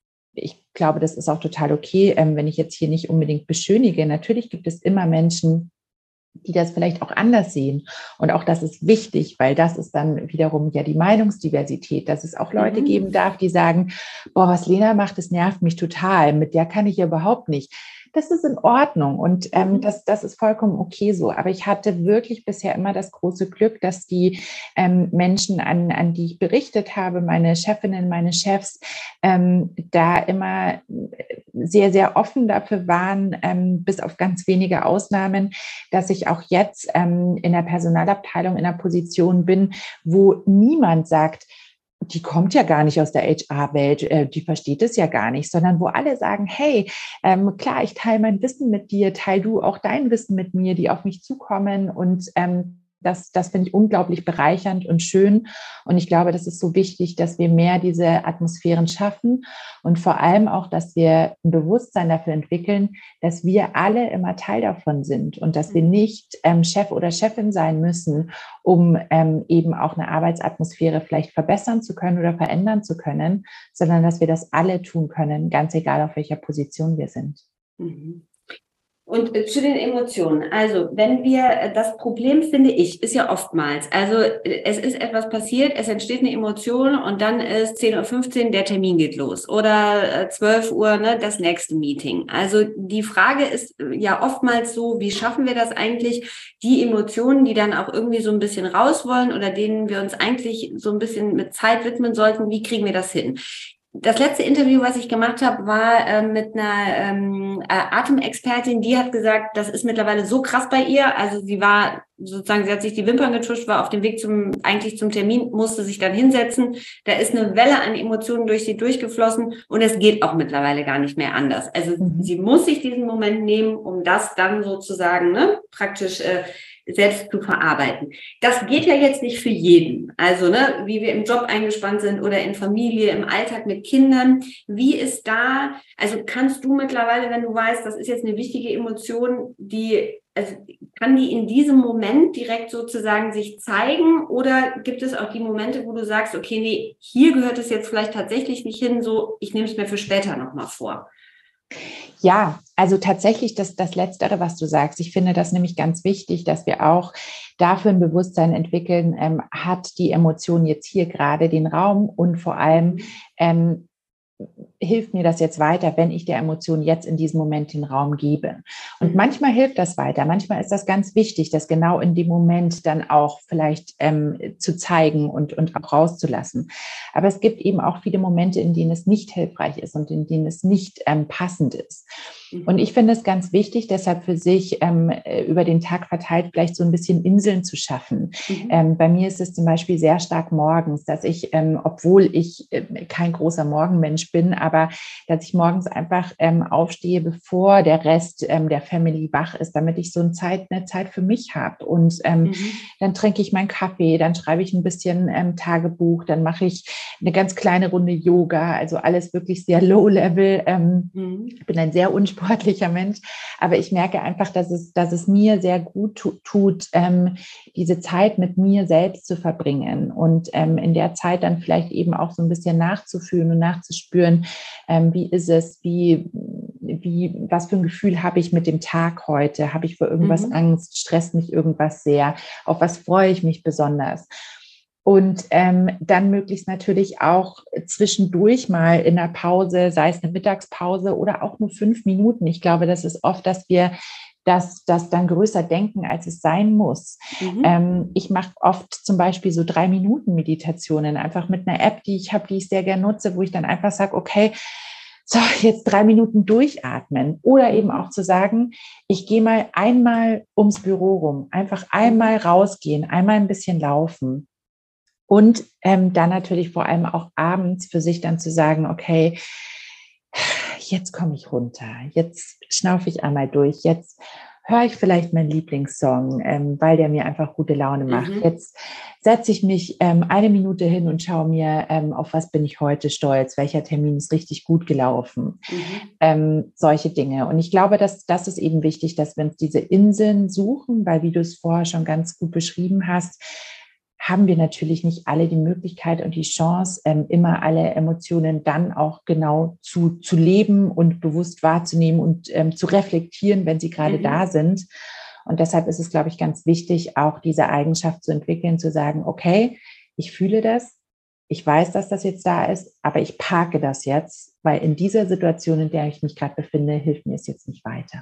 ich glaube, das ist auch total okay, ähm, wenn ich jetzt hier nicht unbedingt beschönige, natürlich gibt es immer Menschen, die das vielleicht auch anders sehen. Und auch das ist wichtig, weil das ist dann wiederum ja die Meinungsdiversität, dass es auch Leute mhm. geben darf, die sagen, boah, was Lena macht, das nervt mich total, mit der kann ich ja überhaupt nicht. Das ist in Ordnung und ähm, mhm. das, das ist vollkommen okay so. Aber ich hatte wirklich bisher immer das große Glück, dass die ähm, Menschen, an, an die ich berichtet habe, meine Chefinnen, meine Chefs, ähm, da immer sehr, sehr offen dafür waren, ähm, bis auf ganz wenige Ausnahmen, dass ich auch jetzt ähm, in der Personalabteilung in einer Position bin, wo niemand sagt, die kommt ja gar nicht aus der H R-Welt, äh, die versteht es ja gar nicht, sondern wo alle sagen, hey, ähm, klar, ich teile mein Wissen mit dir, teil du auch dein Wissen mit mir, die auf mich zukommen und ähm, das, das finde ich unglaublich bereichernd und schön und ich glaube, das ist so wichtig, dass wir mehr diese Atmosphären schaffen und vor allem auch, dass wir ein Bewusstsein dafür entwickeln, dass wir alle immer Teil davon sind und dass wir nicht ähm, Chef oder Chefin sein müssen, um ähm, eben auch eine Arbeitsatmosphäre vielleicht verbessern zu können oder verändern zu können, sondern dass wir das alle tun können, ganz egal auf welcher Position wir sind. Mhm. Und zu den Emotionen. Also, wenn wir, das Problem, finde ich, ist ja oftmals, also es ist etwas passiert, es entsteht eine Emotion und dann ist zehn Uhr fünfzehn, der Termin geht los oder zwölf Uhr, ne, das nächste Meeting. Also die Frage ist ja oftmals so, wie schaffen wir das eigentlich, die Emotionen, die dann auch irgendwie so ein bisschen raus wollen oder denen wir uns eigentlich so ein bisschen mit Zeit widmen sollten, wie kriegen wir das hin? Das letzte Interview, was ich gemacht habe, war äh, mit einer ähm, äh, Atemexpertin, die hat gesagt, das ist mittlerweile so krass bei ihr. Also sie war sozusagen, sie hat sich die Wimpern getuscht, war auf dem Weg zum eigentlich zum Termin, musste sich dann hinsetzen. Da ist eine Welle an Emotionen durch sie durchgeflossen und es geht auch mittlerweile gar nicht mehr anders. Also mhm. sie muss sich diesen Moment nehmen, um das dann sozusagen ne, praktisch äh, selbst zu verarbeiten. Das geht ja jetzt nicht für jeden. Also, ne, wie wir im Job eingespannt sind oder in Familie, im Alltag mit Kindern. Wie ist da, also kannst du mittlerweile, wenn du weißt, das ist jetzt eine wichtige Emotion, die, also kann die in diesem Moment direkt sozusagen sich zeigen oder gibt es auch die Momente, wo du sagst, okay, nee, hier gehört es jetzt vielleicht tatsächlich nicht hin, so, ich nehme es mir für später nochmal vor? Ja, also tatsächlich das, das Letztere, was du sagst. Ich finde das nämlich ganz wichtig, dass wir auch dafür ein Bewusstsein entwickeln, ähm, hat die Emotion jetzt hier gerade den Raum und vor allem ähm, hilft mir das jetzt weiter, wenn ich der Emotion jetzt in diesem Moment den Raum gebe. Und mhm. manchmal hilft das weiter. Manchmal ist das ganz wichtig, das genau in dem Moment dann auch vielleicht ähm, zu zeigen und, und auch rauszulassen. Aber es gibt eben auch viele Momente, in denen es nicht hilfreich ist und in denen es nicht ähm, passend ist. Und ich finde es ganz wichtig, deshalb für sich ähm, über den Tag verteilt vielleicht so ein bisschen Inseln zu schaffen. Mhm. Ähm, bei mir ist es zum Beispiel sehr stark morgens, dass ich, ähm, obwohl ich äh, kein großer Morgenmensch bin, aber aber dass ich morgens einfach ähm, aufstehe, bevor der Rest ähm, der Family wach ist, damit ich so eine Zeit, eine Zeit für mich habe. Und ähm, mhm. dann trinke ich meinen Kaffee, dann schreibe ich ein bisschen ähm, Tagebuch, dann mache ich eine ganz kleine Runde Yoga, also alles wirklich sehr low-level. Ähm, mhm. Ich bin ein sehr unsportlicher Mensch, aber ich merke einfach, dass es, dass es mir sehr gut tu- tut, ähm, diese Zeit mit mir selbst zu verbringen und ähm, in der Zeit dann vielleicht eben auch so ein bisschen nachzufühlen und nachzuspüren, ähm, wie ist es, wie, wie, was für ein Gefühl habe ich mit dem Tag heute? Habe ich vor irgendwas mhm. Angst? Stresst mich irgendwas sehr? Auf was freue ich mich besonders? Und ähm, dann möglichst natürlich auch zwischendurch mal in der Pause, sei es eine Mittagspause oder auch nur fünf Minuten. Ich glaube, das ist oft, dass wir das, das dann größer denken, als es sein muss. Mhm. Ähm, ich mache oft zum Beispiel so drei Minuten Meditationen, einfach mit einer App, die ich habe, die ich sehr gerne nutze, wo ich dann einfach sage, okay, so, jetzt drei Minuten durchatmen. Oder eben auch zu sagen, ich gehe mal einmal ums Büro rum, einfach einmal rausgehen, einmal ein bisschen laufen. Und ähm, dann natürlich vor allem auch abends für sich dann zu sagen, okay, jetzt komme ich runter, jetzt schnaufe ich einmal durch, jetzt höre ich vielleicht meinen Lieblingssong, ähm, weil der mir einfach gute Laune macht. Mhm. Jetzt setze ich mich ähm, eine Minute hin und schaue mir, ähm, auf was bin ich heute stolz, welcher Termin ist richtig gut gelaufen, mhm. ähm, solche Dinge. Und ich glaube, dass das ist eben wichtig, dass wir uns diese Inseln suchen, weil wie du es vorher schon ganz gut beschrieben hast, haben wir natürlich nicht alle die Möglichkeit und die Chance, ähm, immer alle Emotionen dann auch genau zu, zu leben und bewusst wahrzunehmen und ähm, zu reflektieren, wenn sie gerade mhm. da sind. Und deshalb ist es, glaube ich, ganz wichtig, auch diese Eigenschaft zu entwickeln, zu sagen, okay, ich fühle das, ich weiß, dass das jetzt da ist, aber ich parke das jetzt, weil in dieser Situation, in der ich mich gerade befinde, hilft mir es jetzt nicht weiter.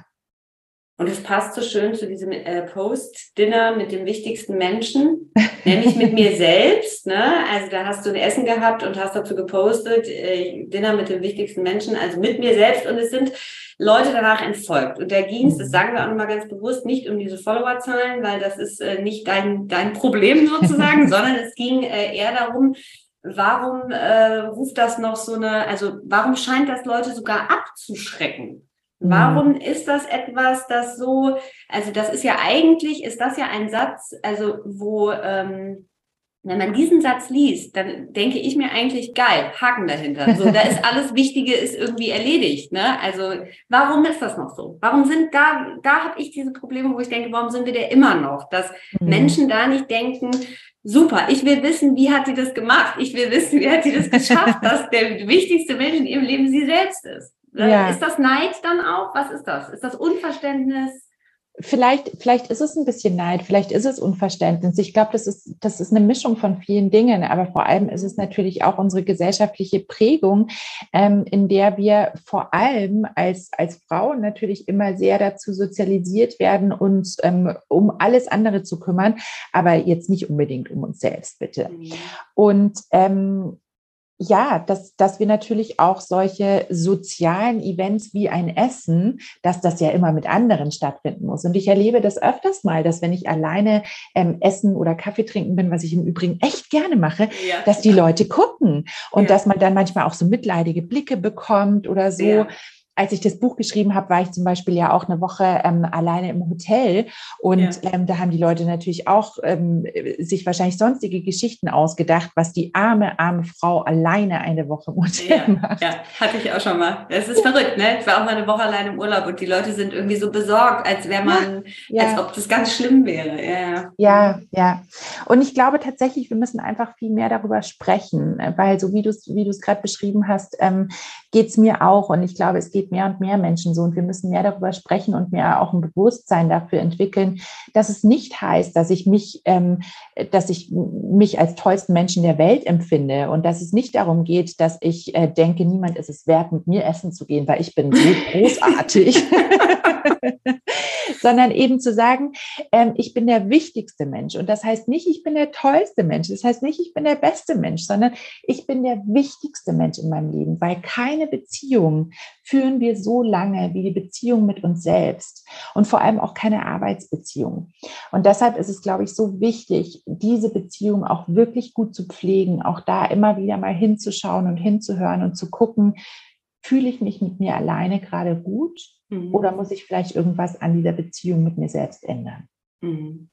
Und es passt so schön zu diesem äh, Post-Dinner mit dem wichtigsten Menschen, nämlich mit mir selbst. Ne? Also da hast du ein Essen gehabt und hast dazu gepostet, äh, Dinner mit dem wichtigsten Menschen, also mit mir selbst. Und es sind Leute danach entfolgt. Und da ging es, das sagen wir auch nochmal ganz bewusst, nicht um diese Followerzahlen, weil das ist äh, nicht dein, dein Problem sozusagen, sondern es ging äh, eher darum, warum äh, ruft das noch so eine, also warum scheint das Leute sogar abzuschrecken? Warum ist das etwas, das so, also das ist ja eigentlich, ist das ja ein Satz, also wo, ähm, wenn man diesen Satz liest, dann denke ich mir eigentlich, geil, Haken dahinter. So, da ist alles Wichtige, ist irgendwie erledigt, ne? Also warum ist das noch so? Warum sind da, da habe ich diese Probleme, wo ich denke, warum sind wir da immer noch? Dass mhm. Menschen da nicht denken, super, ich will wissen, wie hat sie das gemacht? Ich will wissen, wie hat sie das geschafft, dass der wichtigste Mensch in ihrem Leben sie selbst ist. Ja. Ist das Neid dann auch? Was ist das? Ist das Unverständnis? Vielleicht, vielleicht ist es ein bisschen Neid, vielleicht ist es Unverständnis. Ich glaube, das ist, das ist eine Mischung von vielen Dingen, aber vor allem ist es natürlich auch unsere gesellschaftliche Prägung, ähm, in der wir vor allem als, als Frauen natürlich immer sehr dazu sozialisiert werden, uns ähm, um alles andere zu kümmern, aber jetzt nicht unbedingt um uns selbst, bitte. Mhm. Und ähm, ja, dass, dass wir natürlich auch solche sozialen Events wie ein Essen, dass das ja immer mit anderen stattfinden muss. Und ich erlebe das öfters mal, dass wenn ich alleine ähm, essen oder Kaffee trinken bin, was ich im Übrigen echt gerne mache, ja. dass die Leute gucken und ja. dass man dann manchmal auch so mitleidige Blicke bekommt oder so. Ja. Als ich das Buch geschrieben habe, war ich zum Beispiel ja auch eine Woche ähm, alleine im Hotel und ja. ähm, da haben die Leute natürlich auch ähm, sich wahrscheinlich sonstige Geschichten ausgedacht, was die arme, arme Frau alleine eine Woche im Hotel ja. macht. Ja, hatte ich auch schon mal. Das ist ja. verrückt, ne? Ich war auch mal eine Woche alleine im Urlaub und die Leute sind irgendwie so besorgt, als wäre man, ja. Ja. als ob das ganz schlimm wäre. Ja. ja, ja. Und ich glaube tatsächlich, wir müssen einfach viel mehr darüber sprechen, weil so wie du es wie du es gerade beschrieben hast, ähm, geht es mir auch und ich glaube, es geht mehr und mehr Menschen so und wir müssen mehr darüber sprechen und mehr auch ein Bewusstsein dafür entwickeln, dass es nicht heißt, dass ich mich, ähm, dass ich mich als tollsten Menschen der Welt empfinde und dass es nicht darum geht, dass ich äh, denke, niemand ist es wert, mit mir essen zu gehen, weil ich bin so großartig, sondern eben zu sagen, ähm, ich bin der wichtigste Mensch und das heißt nicht, ich bin der tollste Mensch, das heißt nicht, ich bin der beste Mensch, sondern ich bin der wichtigste Mensch in meinem Leben, weil keine Beziehung führen wir so lange wie die Beziehung mit uns selbst und vor allem auch keine Arbeitsbeziehung. Und deshalb ist es, glaube ich, so wichtig, diese Beziehung auch wirklich gut zu pflegen, auch da immer wieder mal hinzuschauen und hinzuhören und zu gucken, fühle ich mich mit mir alleine gerade gut mhm. oder muss ich vielleicht irgendwas an dieser Beziehung mit mir selbst ändern? Mhm.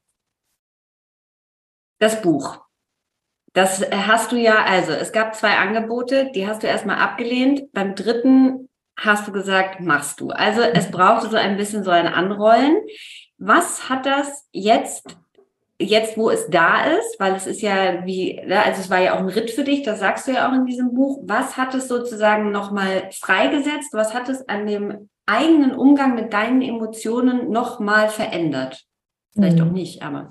Das Buch. Das hast du ja, also es gab zwei Angebote, die hast du erstmal abgelehnt. Beim dritten hast du gesagt, machst du. Also es brauchte so ein bisschen so ein Anrollen. Was hat das jetzt, jetzt wo es da ist, weil es ist ja wie, also es war ja auch ein Ritt für dich, das sagst du ja auch in diesem Buch. Was hat es sozusagen nochmal freigesetzt? Was hat es an dem eigenen Umgang mit deinen Emotionen nochmal verändert? Vielleicht hm. auch nicht, aber...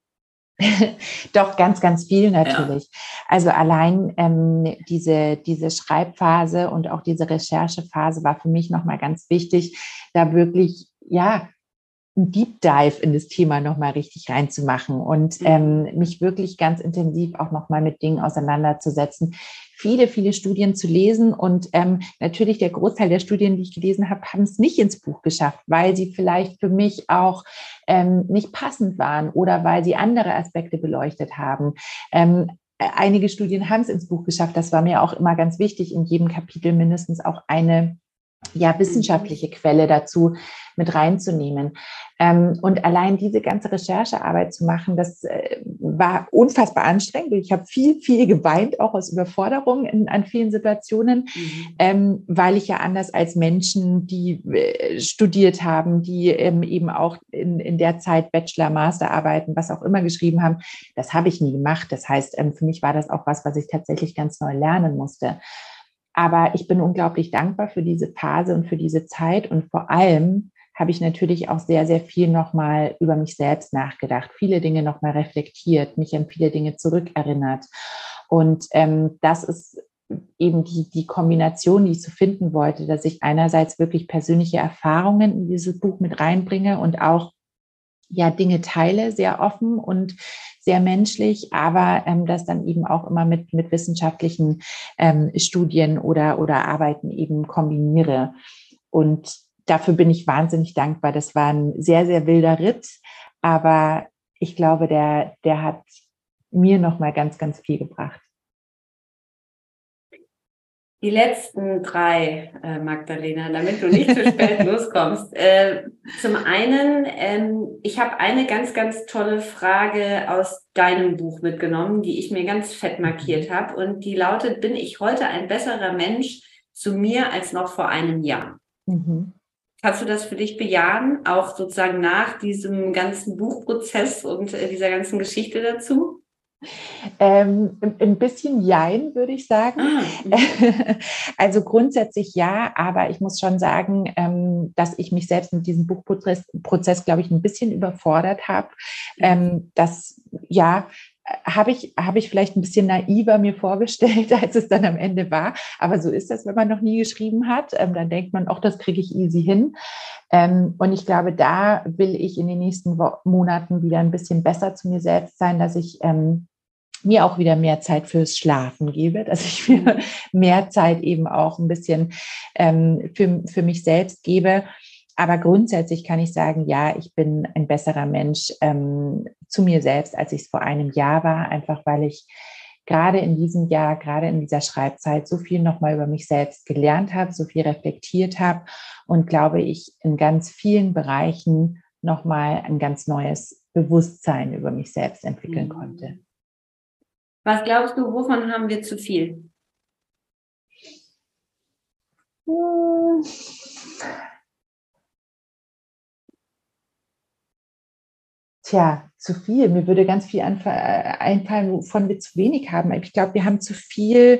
Doch, ganz, ganz viel natürlich. Ja. Also allein ähm, diese, diese Schreibphase und auch diese Recherchephase war für mich nochmal ganz wichtig, da wirklich, ja, ein Deep Dive in das Thema nochmal richtig reinzumachen und ähm, mich wirklich ganz intensiv auch nochmal mit Dingen auseinanderzusetzen, viele, viele Studien zu lesen und ähm, natürlich der Großteil der Studien, die ich gelesen habe, haben es nicht ins Buch geschafft, weil sie vielleicht für mich auch ähm, nicht passend waren oder weil sie andere Aspekte beleuchtet haben. Ähm, einige Studien haben es ins Buch geschafft, das war mir auch immer ganz wichtig, in jedem Kapitel mindestens auch eine ja, wissenschaftliche Quelle dazu mit reinzunehmen. Ähm, und allein diese ganze Recherchearbeit zu machen, das äh, war unfassbar anstrengend. Ich habe viel, viel geweint, auch aus Überforderung in, an vielen Situationen, mhm. ähm, weil ich ja anders als Menschen, die äh, studiert haben, die ähm, eben auch in, in der Zeit Bachelor, Masterarbeiten, was auch immer geschrieben haben, das habe ich nie gemacht. Das heißt, ähm, für mich war das auch was, was ich tatsächlich ganz neu lernen musste. Aber ich bin unglaublich dankbar für diese Phase und für diese Zeit. Und vor allem habe ich natürlich auch sehr, sehr viel nochmal über mich selbst nachgedacht, viele Dinge nochmal reflektiert, mich an viele Dinge zurückerinnert. Und ähm, das ist eben die, die Kombination, die ich so finden wollte, dass ich einerseits wirklich persönliche Erfahrungen in dieses Buch mit reinbringe und auch ja Dinge teile, sehr offen und sehr menschlich, aber ähm, das dann eben auch immer mit, mit wissenschaftlichen ähm, Studien oder, oder Arbeiten eben kombiniere. Und dafür bin ich wahnsinnig dankbar. Das war ein sehr, sehr wilder Ritt, aber ich glaube, der, der hat mir nochmal ganz, ganz viel gebracht. Die letzten drei, äh, Magdalena, damit du nicht zu spät loskommst. Äh, zum einen, ähm, ich habe eine ganz, ganz tolle Frage aus deinem Buch mitgenommen, die ich mir ganz fett markiert habe. Und die lautet, bin ich heute ein besserer Mensch zu mir als noch vor einem Jahr? Mhm. Kannst du das für dich bejahen, auch sozusagen nach diesem ganzen Buchprozess und äh, dieser ganzen Geschichte dazu? Ähm, ein bisschen jein, würde ich sagen. Ah, also grundsätzlich ja, aber ich muss schon sagen, ähm, dass ich mich selbst mit diesem Buchprozess, Prozess, glaube ich, ein bisschen überfordert habe. Ähm, das, ja, habe ich, habe ich vielleicht ein bisschen naiver mir vorgestellt, als es dann am Ende war. Aber so ist das, wenn man noch nie geschrieben hat. Ähm, dann denkt man, ach, das kriege ich easy hin. Ähm, und ich glaube, da will ich in den nächsten Wo- Monaten wieder ein bisschen besser zu mir selbst sein, dass ich ähm, mir auch wieder mehr Zeit fürs Schlafen gebe, dass ich mir mehr Zeit eben auch ein bisschen ähm, für, für mich selbst gebe. Aber grundsätzlich kann ich sagen, ja, ich bin ein besserer Mensch ähm, zu mir selbst, als ich es vor einem Jahr war, einfach weil ich gerade in diesem Jahr, gerade in dieser Schreibzeit so viel nochmal über mich selbst gelernt habe, so viel reflektiert habe und glaube ich in ganz vielen Bereichen nochmal ein ganz neues Bewusstsein über mich selbst entwickeln konnte. Was glaubst du, wovon haben wir zu viel? Hm. Tja, zu viel. Mir würde ganz viel einfallen, wovon wir zu wenig haben. Ich glaube, wir haben zu viel,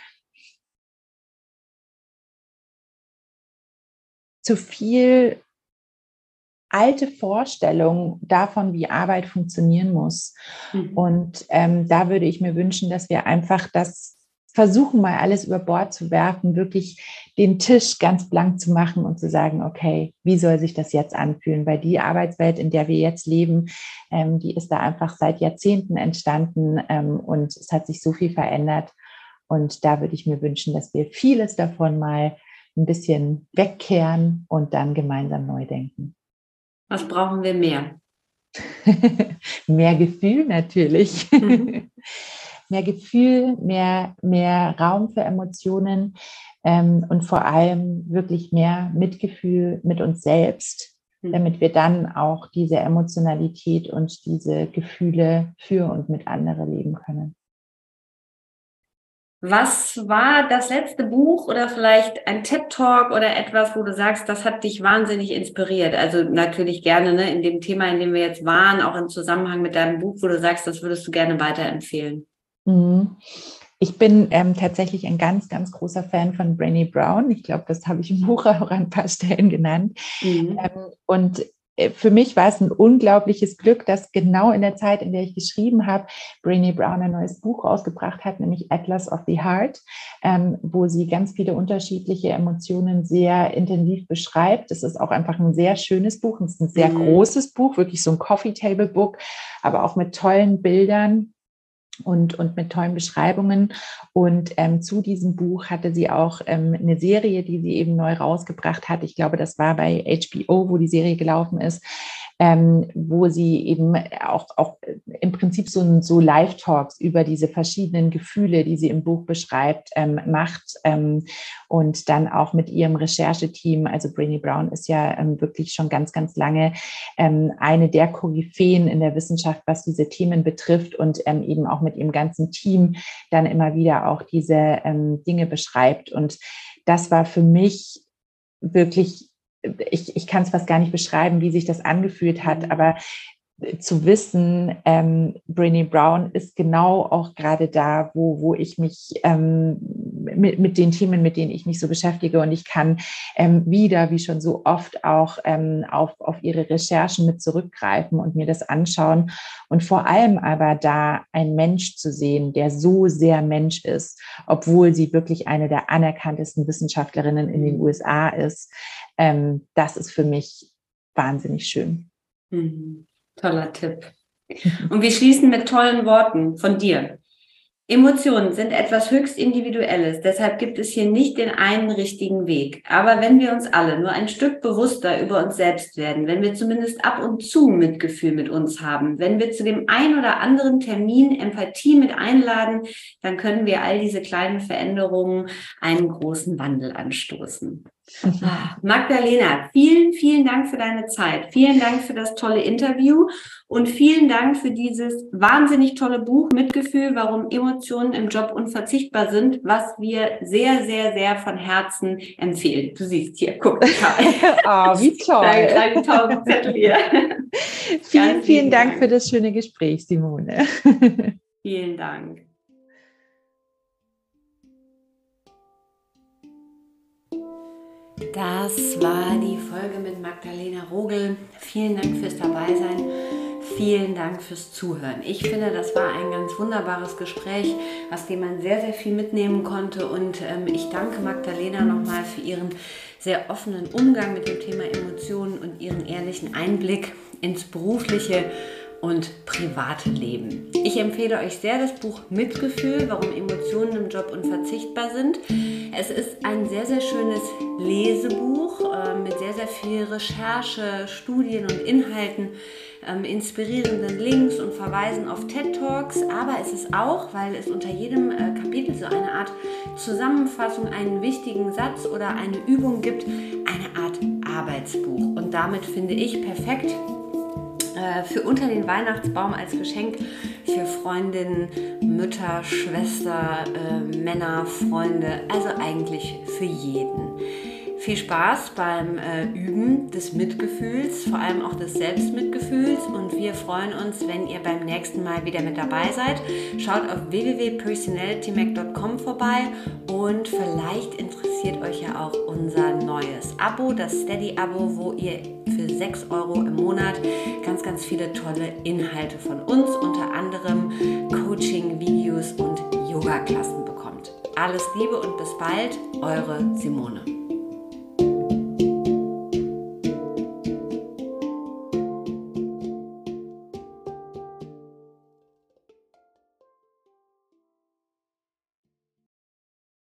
zu viel alte Vorstellungen davon, wie Arbeit funktionieren muss. Mhm. Und ähm, da würde ich mir wünschen, dass wir einfach das versuchen, mal alles über Bord zu werfen, wirklich den Tisch ganz blank zu machen und zu sagen, okay, wie soll sich das jetzt anfühlen? Weil die Arbeitswelt, in der wir jetzt leben, ähm, die ist da einfach seit Jahrzehnten entstanden ähm, und es hat sich so viel verändert. Und da würde ich mir wünschen, dass wir vieles davon mal ein bisschen wegkehren und dann gemeinsam neu denken. Was brauchen wir mehr? Mehr Gefühl natürlich. Mhm. mehr Gefühl, mehr, mehr Raum für Emotionen ähm, und vor allem wirklich mehr Mitgefühl mit uns selbst, damit wir dann auch diese Emotionalität und diese Gefühle für und mit anderen leben können. Was war das letzte Buch oder vielleicht ein TED-Talk oder etwas, wo du sagst, das hat dich wahnsinnig inspiriert? Also natürlich gerne, ne, in dem Thema, in dem wir jetzt waren, auch im Zusammenhang mit deinem Buch, wo du sagst, das würdest du gerne weiterempfehlen. Mhm. Ich bin ähm, tatsächlich ein ganz, ganz großer Fan von Brené Brown. Ich glaube, das habe ich im Buch auch an ein paar Stellen genannt. Mhm. Ähm, und für mich war es ein unglaubliches Glück, dass genau in der Zeit, in der ich geschrieben habe, Brené Brown ein neues Buch rausgebracht hat, nämlich Atlas of the Heart, ähm, wo sie ganz viele unterschiedliche Emotionen sehr intensiv beschreibt. Es ist auch einfach ein sehr schönes Buch, es ist ein sehr mhm. großes Buch, wirklich so ein Coffee-Table-Book, aber auch mit tollen Bildern. Und, und mit tollen Beschreibungen. Und ähm, zu diesem Buch hatte sie auch ähm, eine Serie, die sie eben neu rausgebracht hat. Ich glaube, das war bei H B O, wo die Serie gelaufen ist, ähm, wo sie eben auch, auch im Prinzip so, so Live-Talks über diese verschiedenen Gefühle, die sie im Buch beschreibt, ähm, macht. Ähm, und dann auch mit ihrem Rechercheteam, also Brené Brown ist ja ähm, wirklich schon ganz, ganz lange ähm, eine der Koryphäen in der Wissenschaft, was diese Themen betrifft und ähm, eben auch mit ihrem ganzen Team dann immer wieder auch diese ähm, Dinge beschreibt. Und das war für mich wirklich, ich, ich kann es fast gar nicht beschreiben, wie sich das angefühlt hat, aber zu wissen, ähm, Brené Brown ist genau auch gerade da, wo, wo ich mich ähm, mit, mit den Themen, mit denen ich mich so beschäftige, und ich kann ähm, wieder, wie schon so oft, auch ähm, auf, auf ihre Recherchen mit zurückgreifen und mir das anschauen und vor allem aber da einen Mensch zu sehen, der so sehr Mensch ist, obwohl sie wirklich eine der anerkanntesten Wissenschaftlerinnen in den U S A ist. Ähm, das ist für mich wahnsinnig schön. Mhm. Toller Tipp. Und wir schließen mit tollen Worten von dir. Emotionen sind etwas höchst Individuelles, deshalb gibt es hier nicht den einen richtigen Weg. Aber wenn wir uns alle nur ein Stück bewusster über uns selbst werden, wenn wir zumindest ab und zu Mitgefühl mit uns haben, wenn wir zu dem ein oder anderen Termin Empathie mit einladen, dann können wir all diese kleinen Veränderungen einen großen Wandel anstoßen. Ah, Magdalena, vielen, vielen Dank für deine Zeit. Vielen Dank für das tolle Interview und vielen Dank für dieses wahnsinnig tolle Buch Mitgefühl, warum Emotionen im Job unverzichtbar sind, was wir sehr, sehr, sehr von Herzen empfehlen. Du siehst hier, guck. Oh, wie toll. Deine kleinen Taubenzettel hier. Vielen, vielen Dank, Dank für das schöne Gespräch, Simone. Vielen Dank. Das war die Folge mit Magdalena Rogel. Vielen Dank fürs Dabeisein. Vielen Dank fürs Zuhören. Ich finde, das war ein ganz wunderbares Gespräch, aus dem man sehr, sehr viel mitnehmen konnte. Und ähm, ich danke Magdalena nochmal für ihren sehr offenen Umgang mit dem Thema Emotionen und ihren ehrlichen Einblick ins berufliche und private Leben. Ich empfehle euch sehr das Buch Mitgefühl, warum Emotionen im Job unverzichtbar sind. Es ist ein sehr, sehr schönes Lesebuch äh, mit sehr, sehr viel Recherche, Studien und Inhalten, ähm, inspirierenden Links und Verweisen auf TED Talks. Aber es ist auch, weil es unter jedem äh, Kapitel so eine Art Zusammenfassung, einen wichtigen Satz oder eine Übung gibt, eine Art Arbeitsbuch. Und damit finde ich perfekt für unter den Weihnachtsbaum als Geschenk für Freundinnen, Mütter, Schwester, äh, Männer, Freunde, also eigentlich für jeden. Viel Spaß beim äh, Üben des Mitgefühls, vor allem auch des Selbstmitgefühls, und wir freuen uns, wenn ihr beim nächsten Mal wieder mit dabei seid. Schaut auf w w w punkt personality mac punkt com vorbei und vielleicht interessiert euch ja auch unser neues Abo, das Steady-Abo, wo ihr für sechs Euro im Monat ganz, ganz viele tolle Inhalte von uns, unter anderem Coaching, Videos und Yoga-Klassen bekommt. Alles Liebe und bis bald, eure Simone.